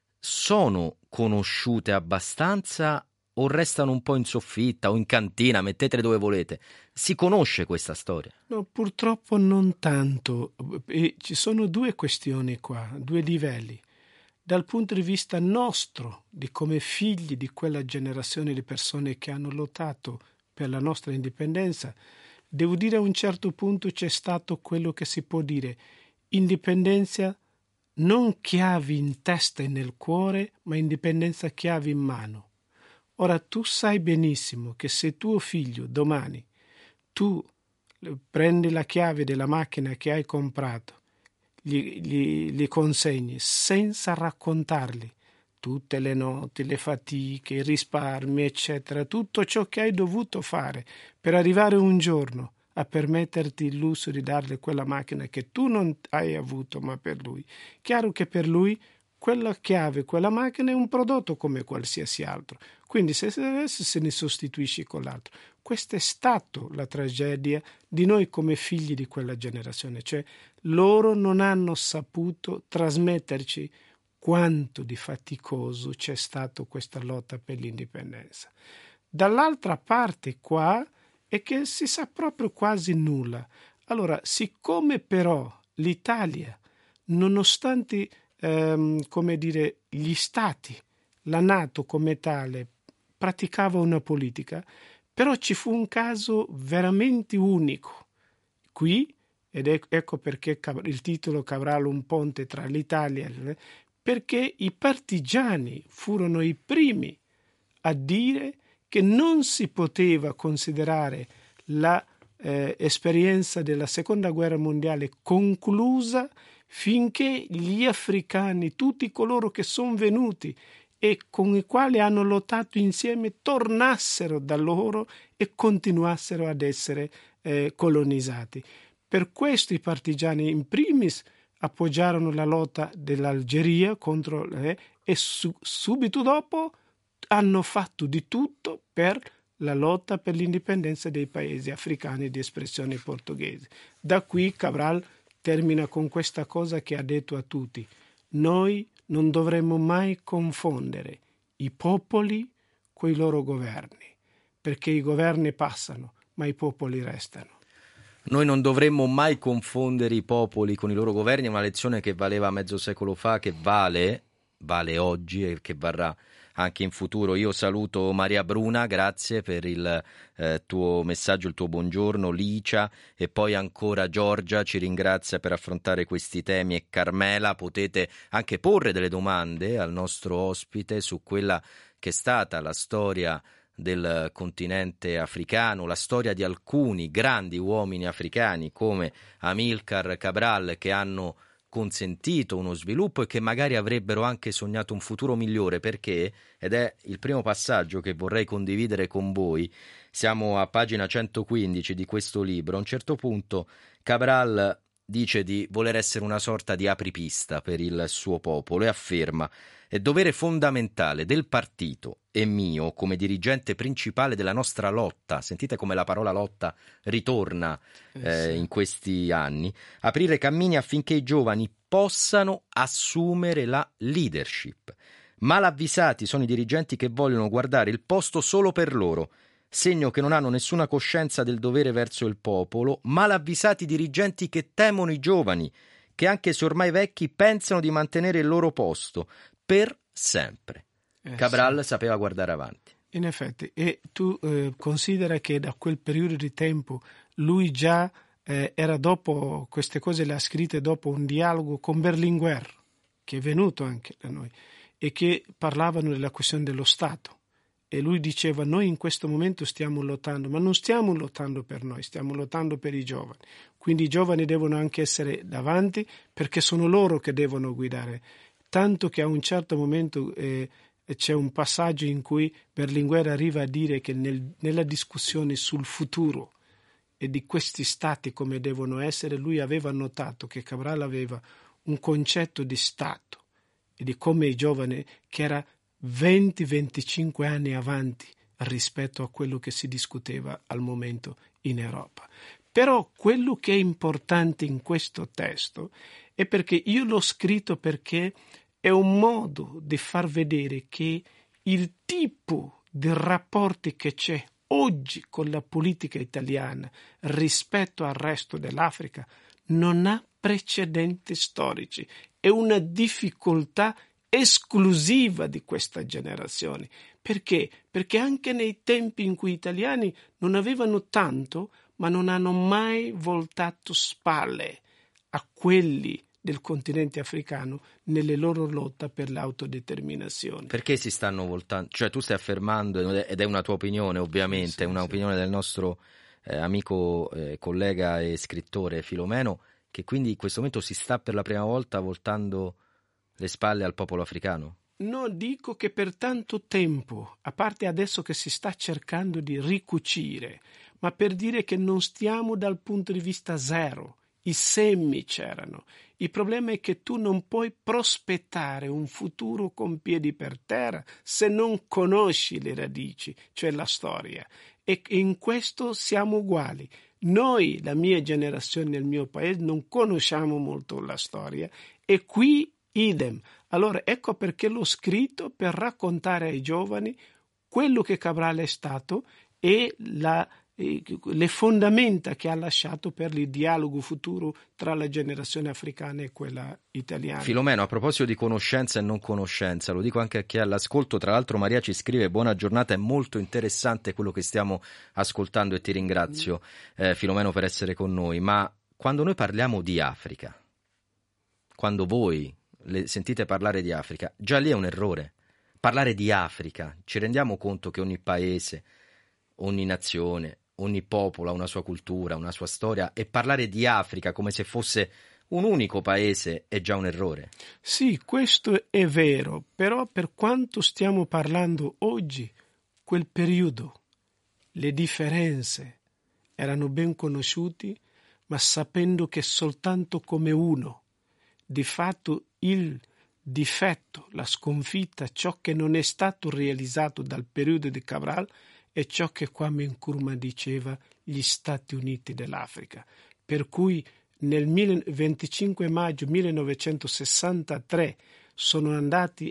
sono conosciute abbastanza o restano un po' in soffitta o in cantina, mettetele dove volete? Si conosce questa storia? No, purtroppo non tanto. E ci sono due questioni qua, due livelli. Dal punto di vista nostro, di come figli di quella generazione di persone che hanno lottato per la nostra indipendenza, devo dire a un certo punto c'è stato quello che si può dire indipendenza non chiavi in testa e nel cuore, ma indipendenza chiavi in mano. Ora tu sai benissimo che se tuo figlio domani tu prendi la chiave della macchina che hai comprato, gli consegni senza raccontargli tutte le notti, le fatiche, i risparmi, eccetera, tutto ciò che hai dovuto fare per arrivare un giorno a permetterti il lusso di darle quella macchina che tu non hai avuto, ma per lui. Chiaro che per lui quella chiave, quella macchina è un prodotto come qualsiasi altro. Quindi se adesso se ne sostituisci con l'altro. Questa è stata la tragedia di noi come figli di quella generazione, cioè loro non hanno saputo trasmetterci quanto di faticoso c'è stato questa lotta per l'indipendenza. Dall'altra parte qua è che si sa proprio quasi nulla. Allora, siccome però l'Italia, nonostante come dire, gli stati, la NATO come tale, praticava una politica, però ci fu un caso veramente unico qui, ed ecco perché il titolo Cabral, Un ponte tra l'Italia, perché i partigiani furono i primi a dire che non si poteva considerare l'esperienza della seconda guerra mondiale conclusa finché gli africani, tutti coloro che sono venuti e con i quali hanno lottato insieme, tornassero da loro e continuassero ad essere colonizzati. Per questo i partigiani in primis appoggiarono la lotta dell'Algeria contro e subito dopo hanno fatto di tutto per la lotta per l'indipendenza dei paesi africani di espressione portoghese. Da qui Cabral termina con questa cosa che ha detto a tutti: noi non dovremmo mai confondere i popoli coi loro governi, perché i governi passano, ma i popoli restano. Noi non dovremmo mai confondere i popoli con i loro governi, è una lezione che valeva mezzo secolo fa, che vale oggi e che varrà anche in futuro. Io saluto Maria Bruna, grazie per il tuo messaggio, il tuo buongiorno, Licia, e poi ancora Giorgia ci ringrazia per affrontare questi temi, e Carmela. Potete anche porre delle domande al nostro ospite su quella che è stata la storia del continente africano, la storia di alcuni grandi uomini africani come Amilcar Cabral, che hanno consentito uno sviluppo e che magari avrebbero anche sognato un futuro migliore, perché, ed è il primo passaggio che vorrei condividere con voi, siamo a pagina 115 di questo libro. A un certo punto Cabral dice di voler essere una sorta di apripista per il suo popolo e afferma: è dovere fondamentale del partito e mio come dirigente principale della nostra lotta, sentite come la parola lotta ritorna in questi anni, aprire cammini affinché i giovani possano assumere la leadership. Malavvisati sono i dirigenti che vogliono guardare il posto solo per loro, segno che non hanno nessuna coscienza del dovere verso il popolo. Malavvisati dirigenti che temono i giovani, che anche se ormai vecchi pensano di mantenere il loro posto per sempre. Cabral sapeva guardare avanti. In effetti, e tu considera che da quel periodo di tempo lui già era, dopo queste cose le ha scritte dopo un dialogo con Berlinguer, che è venuto anche da noi, e che parlavano della questione dello Stato. E lui diceva: noi in questo momento stiamo lottando, ma non stiamo lottando per noi, stiamo lottando per i giovani. Quindi i giovani devono anche essere davanti, perché sono loro che devono guidare. Tanto che a un certo momento c'è un passaggio in cui Berlinguer arriva a dire che nella discussione sul futuro e di questi stati come devono essere, lui aveva notato che Cabral aveva un concetto di Stato e di come i giovani, che era 20-25 anni avanti rispetto a quello che si discuteva al momento in Europa. Però quello che è importante in questo testo è perché io l'ho scritto perché è un modo di far vedere che il tipo di rapporti che c'è oggi con la politica italiana rispetto al resto dell'Africa non ha precedenti storici. È una difficoltà esclusiva di questa generazione. Perché? Perché anche nei tempi in cui gli italiani non avevano tanto, ma non hanno mai voltato spalle a quelli del continente africano nelle loro lotte per l'autodeterminazione. Perché si stanno voltando? Cioè, tu stai affermando, ed è una tua opinione ovviamente, è un'opinione del nostro amico, collega e scrittore Filomeno, che quindi in questo momento si sta per la prima volta voltando le spalle al popolo africano? No, dico che per tanto tempo, a parte adesso che si sta cercando di ricucire, ma per dire che non stiamo dal punto di vista zero. I semi c'erano. Il problema è che tu non puoi prospettare un futuro con piedi per terra se non conosci le radici, cioè la storia. E in questo siamo uguali. Noi, la mia generazione nel mio paese, non conosciamo molto la storia, e qui idem. Allora ecco perché l'ho scritto, per raccontare ai giovani quello che Cabral è stato e le fondamenta che ha lasciato per il dialogo futuro tra la generazione africana e quella italiana. Filomeno, a proposito di conoscenza e non conoscenza, lo dico anche a chi è all'ascolto, tra l'altro Maria ci scrive: buona giornata, è molto interessante quello che stiamo ascoltando e ti ringrazio Filomeno per essere con noi, ma quando noi parliamo di Africa, quando voi sentite parlare di Africa, già lì è un errore. Parlare di Africa, ci rendiamo conto che ogni paese, ogni nazione, ogni popolo ha una sua cultura, una sua storia, e parlare di Africa come se fosse un unico paese è già un errore. Sì, questo è vero, però per quanto stiamo parlando oggi, quel periodo, le differenze erano ben conosciuti, ma sapendo che soltanto come uno di fatto il difetto, la sconfitta, ciò che non è stato realizzato dal periodo di Cabral è ciò che Kwame Nkrumah diceva gli Stati Uniti dell'Africa. Per cui nel 25 maggio 1963 sono andati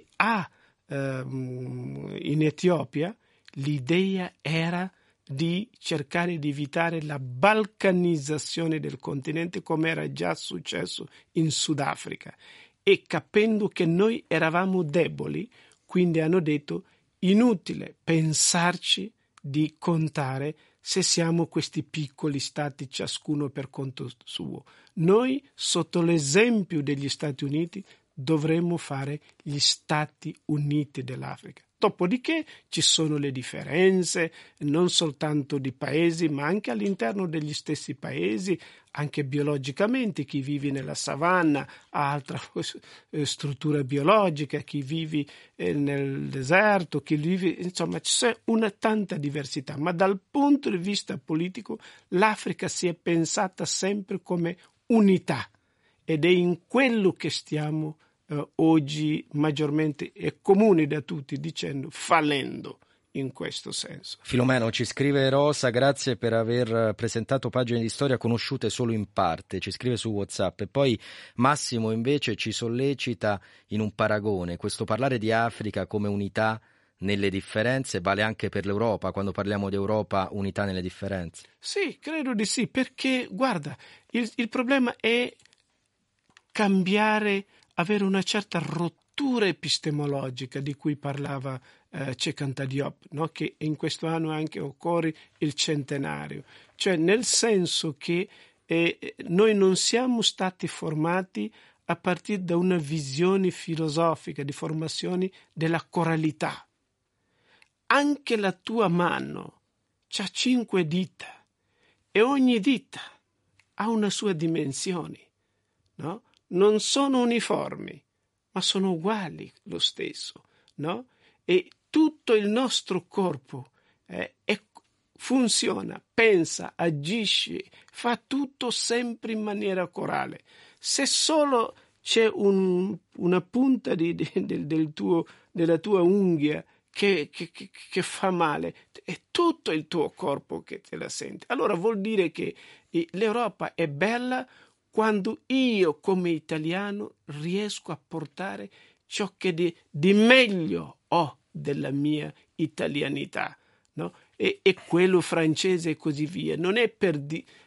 in Etiopia, l'idea era di cercare di evitare la balcanizzazione del continente come era già successo in Sudafrica, e capendo che noi eravamo deboli, quindi hanno detto inutile pensarci di contare se siamo questi piccoli stati ciascuno per conto suo. Noi, sotto l'esempio degli Stati Uniti, dovremmo fare gli Stati Uniti dell'Africa. Dopodiché ci sono le differenze, non soltanto di paesi, ma anche all'interno degli stessi paesi, anche biologicamente. Chi vive nella savana ha altra struttura biologica, chi vive nel deserto, chi vive, insomma, c'è una tanta diversità. Ma dal punto di vista politico l'Africa si è pensata sempre come unità, ed è in quello che stiamo oggi maggiormente è comune da tutti dicendo fallendo in questo senso. Filomeno, ci scrive Rosa, grazie per aver presentato pagine di storia conosciute solo in parte, ci scrive su WhatsApp. E poi Massimo invece ci sollecita in un paragone: questo parlare di Africa come unità nelle differenze vale anche per l'Europa, quando parliamo di Europa unità nelle differenze? Sì, credo di sì, perché guarda, il problema è cambiare, avere una certa rottura epistemologica di cui parlava Cheikh Anta Diop, no? Che in questo anno anche occorre il centenario, cioè nel senso che noi non siamo stati formati a partire da una visione filosofica di formazione della coralità. Anche la tua mano c'ha 5 dita e ogni dita ha una sua dimensione, no? Non sono uniformi, ma sono uguali lo stesso, no? E tutto il nostro corpo funziona, pensa, agisce, fa tutto sempre in maniera corale. Se solo c'è una punta della tua unghia che fa male, è tutto il tuo corpo che te la sente. Allora vuol dire che l'Europa è bella quando io come italiano riesco a portare ciò che di meglio ho della mia italianità, no? E quello francese e così via. Non è per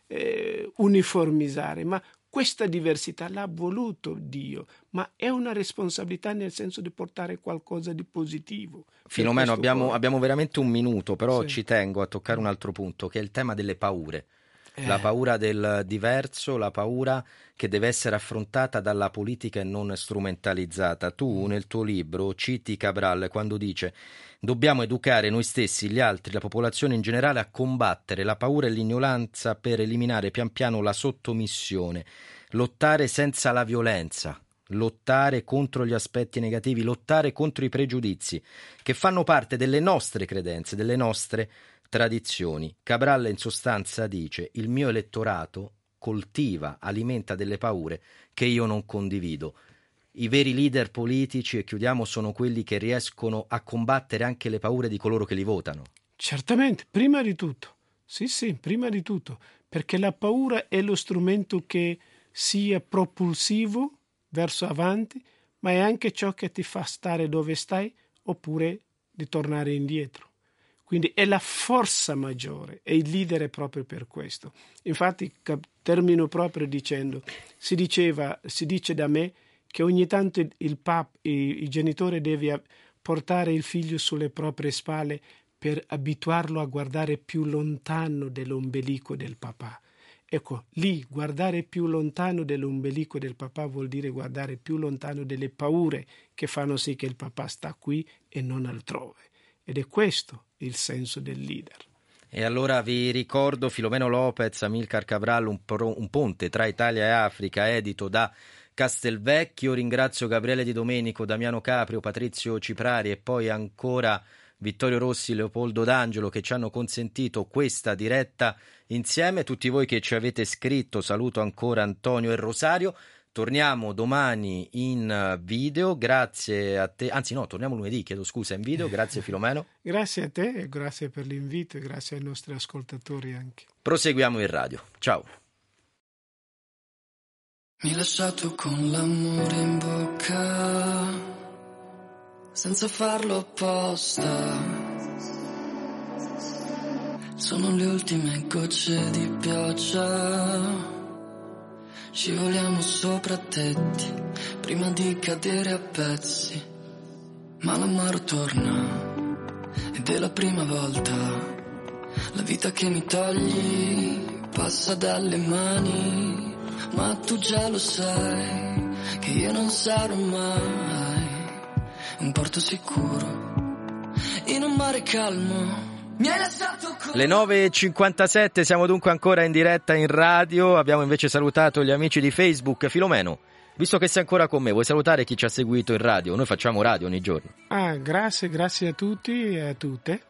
uniformizzare, ma questa diversità l'ha voluto Dio, ma è una responsabilità nel senso di portare qualcosa di positivo. Filomeno, abbiamo veramente un minuto, però sì, ci tengo a toccare un altro punto, che è il tema delle paure. La paura del diverso, la paura che deve essere affrontata dalla politica e non strumentalizzata. Tu nel tuo libro citi Cabral quando dice: dobbiamo educare noi stessi, gli altri, la popolazione in generale a combattere la paura e l'ignoranza per eliminare pian piano la sottomissione, lottare senza la violenza, lottare contro gli aspetti negativi, lottare contro i pregiudizi che fanno parte delle nostre credenze, delle nostre tradizioni. Cabral in sostanza dice: il mio elettorato coltiva, alimenta delle paure che io non condivido. I veri leader politici, e chiudiamo, sono quelli che riescono a combattere anche le paure di coloro che li votano. Certamente, prima di tutto, sì, prima di tutto, perché la paura è lo strumento che sia propulsivo verso avanti, ma è anche ciò che ti fa stare dove stai oppure di tornare indietro. Quindi è la forza maggiore e il leader è proprio per questo. Infatti termino proprio dicendo, si dice da me che ogni tanto il genitore deve portare il figlio sulle proprie spalle per abituarlo a guardare più lontano dell'ombelico del papà. Ecco, lì guardare più lontano dell'ombelico del papà vuol dire guardare più lontano delle paure che fanno sì che il papà sta qui e non altrove. Ed è questo il senso del leader. E allora vi ricordo Filomeno Lopez, Amilcar Cabral, un ponte tra Italia e Africa, edito da Castelvecchio. Ringrazio Gabriele Di Domenico, Damiano Caprio, Patrizio Ciprari e poi ancora Vittorio Rossi, Leopoldo D'Angelo, che ci hanno consentito questa diretta insieme. Tutti voi che ci avete scritto, saluto ancora Antonio e Rosario. Torniamo domani in video, grazie a te, anzi no, torniamo lunedì, chiedo scusa, in video, grazie Filomeno. Grazie a te e grazie per l'invito e grazie ai nostri ascoltatori anche. Proseguiamo in radio, ciao. Mi hai lasciato con l'amore in bocca, senza farlo apposta. Sono le ultime gocce di pioggia, scivoliamo sopra tetti prima di cadere a pezzi, ma l'amaro torna ed è la prima volta. La vita che mi togli passa dalle mani, ma tu già lo sai che io non sarò mai un porto sicuro in un mare calmo. Le 9.57, siamo dunque ancora in diretta in radio, abbiamo invece salutato gli amici di Facebook. Filomeno, visto che sei ancora con me, vuoi salutare chi ci ha seguito in radio? Noi facciamo radio ogni giorno. Grazie a tutti e a tutte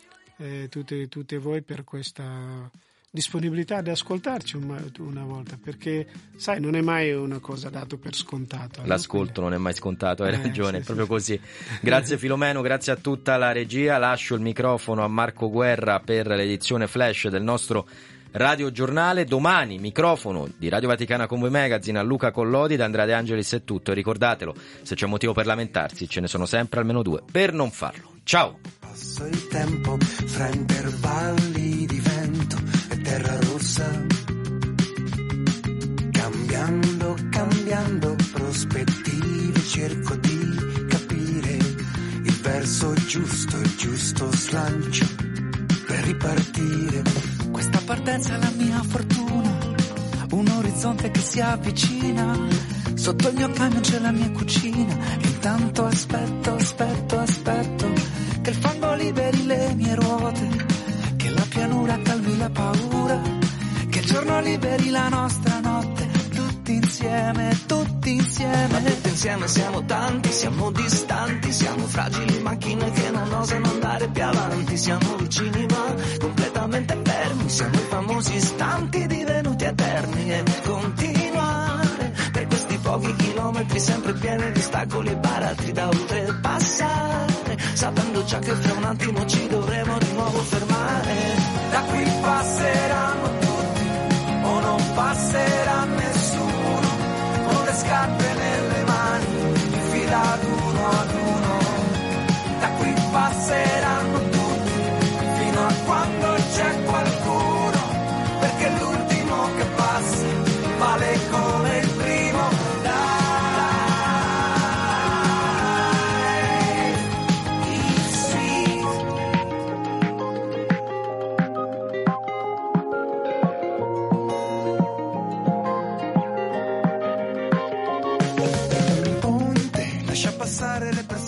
voi per questa disponibilità ad ascoltarci una volta, perché sai, non è mai una cosa dato per scontato. L'ascolto non è mai scontato, hai ragione, sì, è proprio sì. Così. Grazie Filomeno, grazie a tutta la regia. Lascio il microfono a Marco Guerra per l'edizione flash del nostro Radio Giornale. Domani microfono di Radio Vaticana Convoy Magazine a Luca Collodi. Da Andrea De Angelis è tutto, e ricordatelo, se c'è motivo per lamentarsi ce ne sono sempre almeno due per non farlo. Ciao. Passo il tempo fra intervalli di vento e terra rossa, cambiando prospettive, cerco di capire il verso giusto, il giusto slancio per ripartire. Questa partenza è la mia fortuna, un orizzonte che si avvicina, sotto il mio camion c'è la mia cucina, e intanto aspetto che il fango liberi le mie ruote, che la pianura calmi la paura, che il giorno liberi la nostra notte, tutti insieme. Ma tutti insieme siamo tanti, siamo distanti, siamo fragili macchine che non osano andare più avanti, siamo vicini ma completamente fermi, siamo i famosi istanti divenuti eterni, e continuare per questi pochi chilometri sempre pieni di ostacoli e baratri da oltrepassare, sapendo già che fra un attimo ci dovremo di nuovo fermare. Da qui passeranno tutti o non passerà nessuno, con le scarpe nelle mani, fila ad uno. Da qui passeranno tutti fino a quando c'è qualcuno, perché l'ultimo che passa vale come il primo. Passare le persone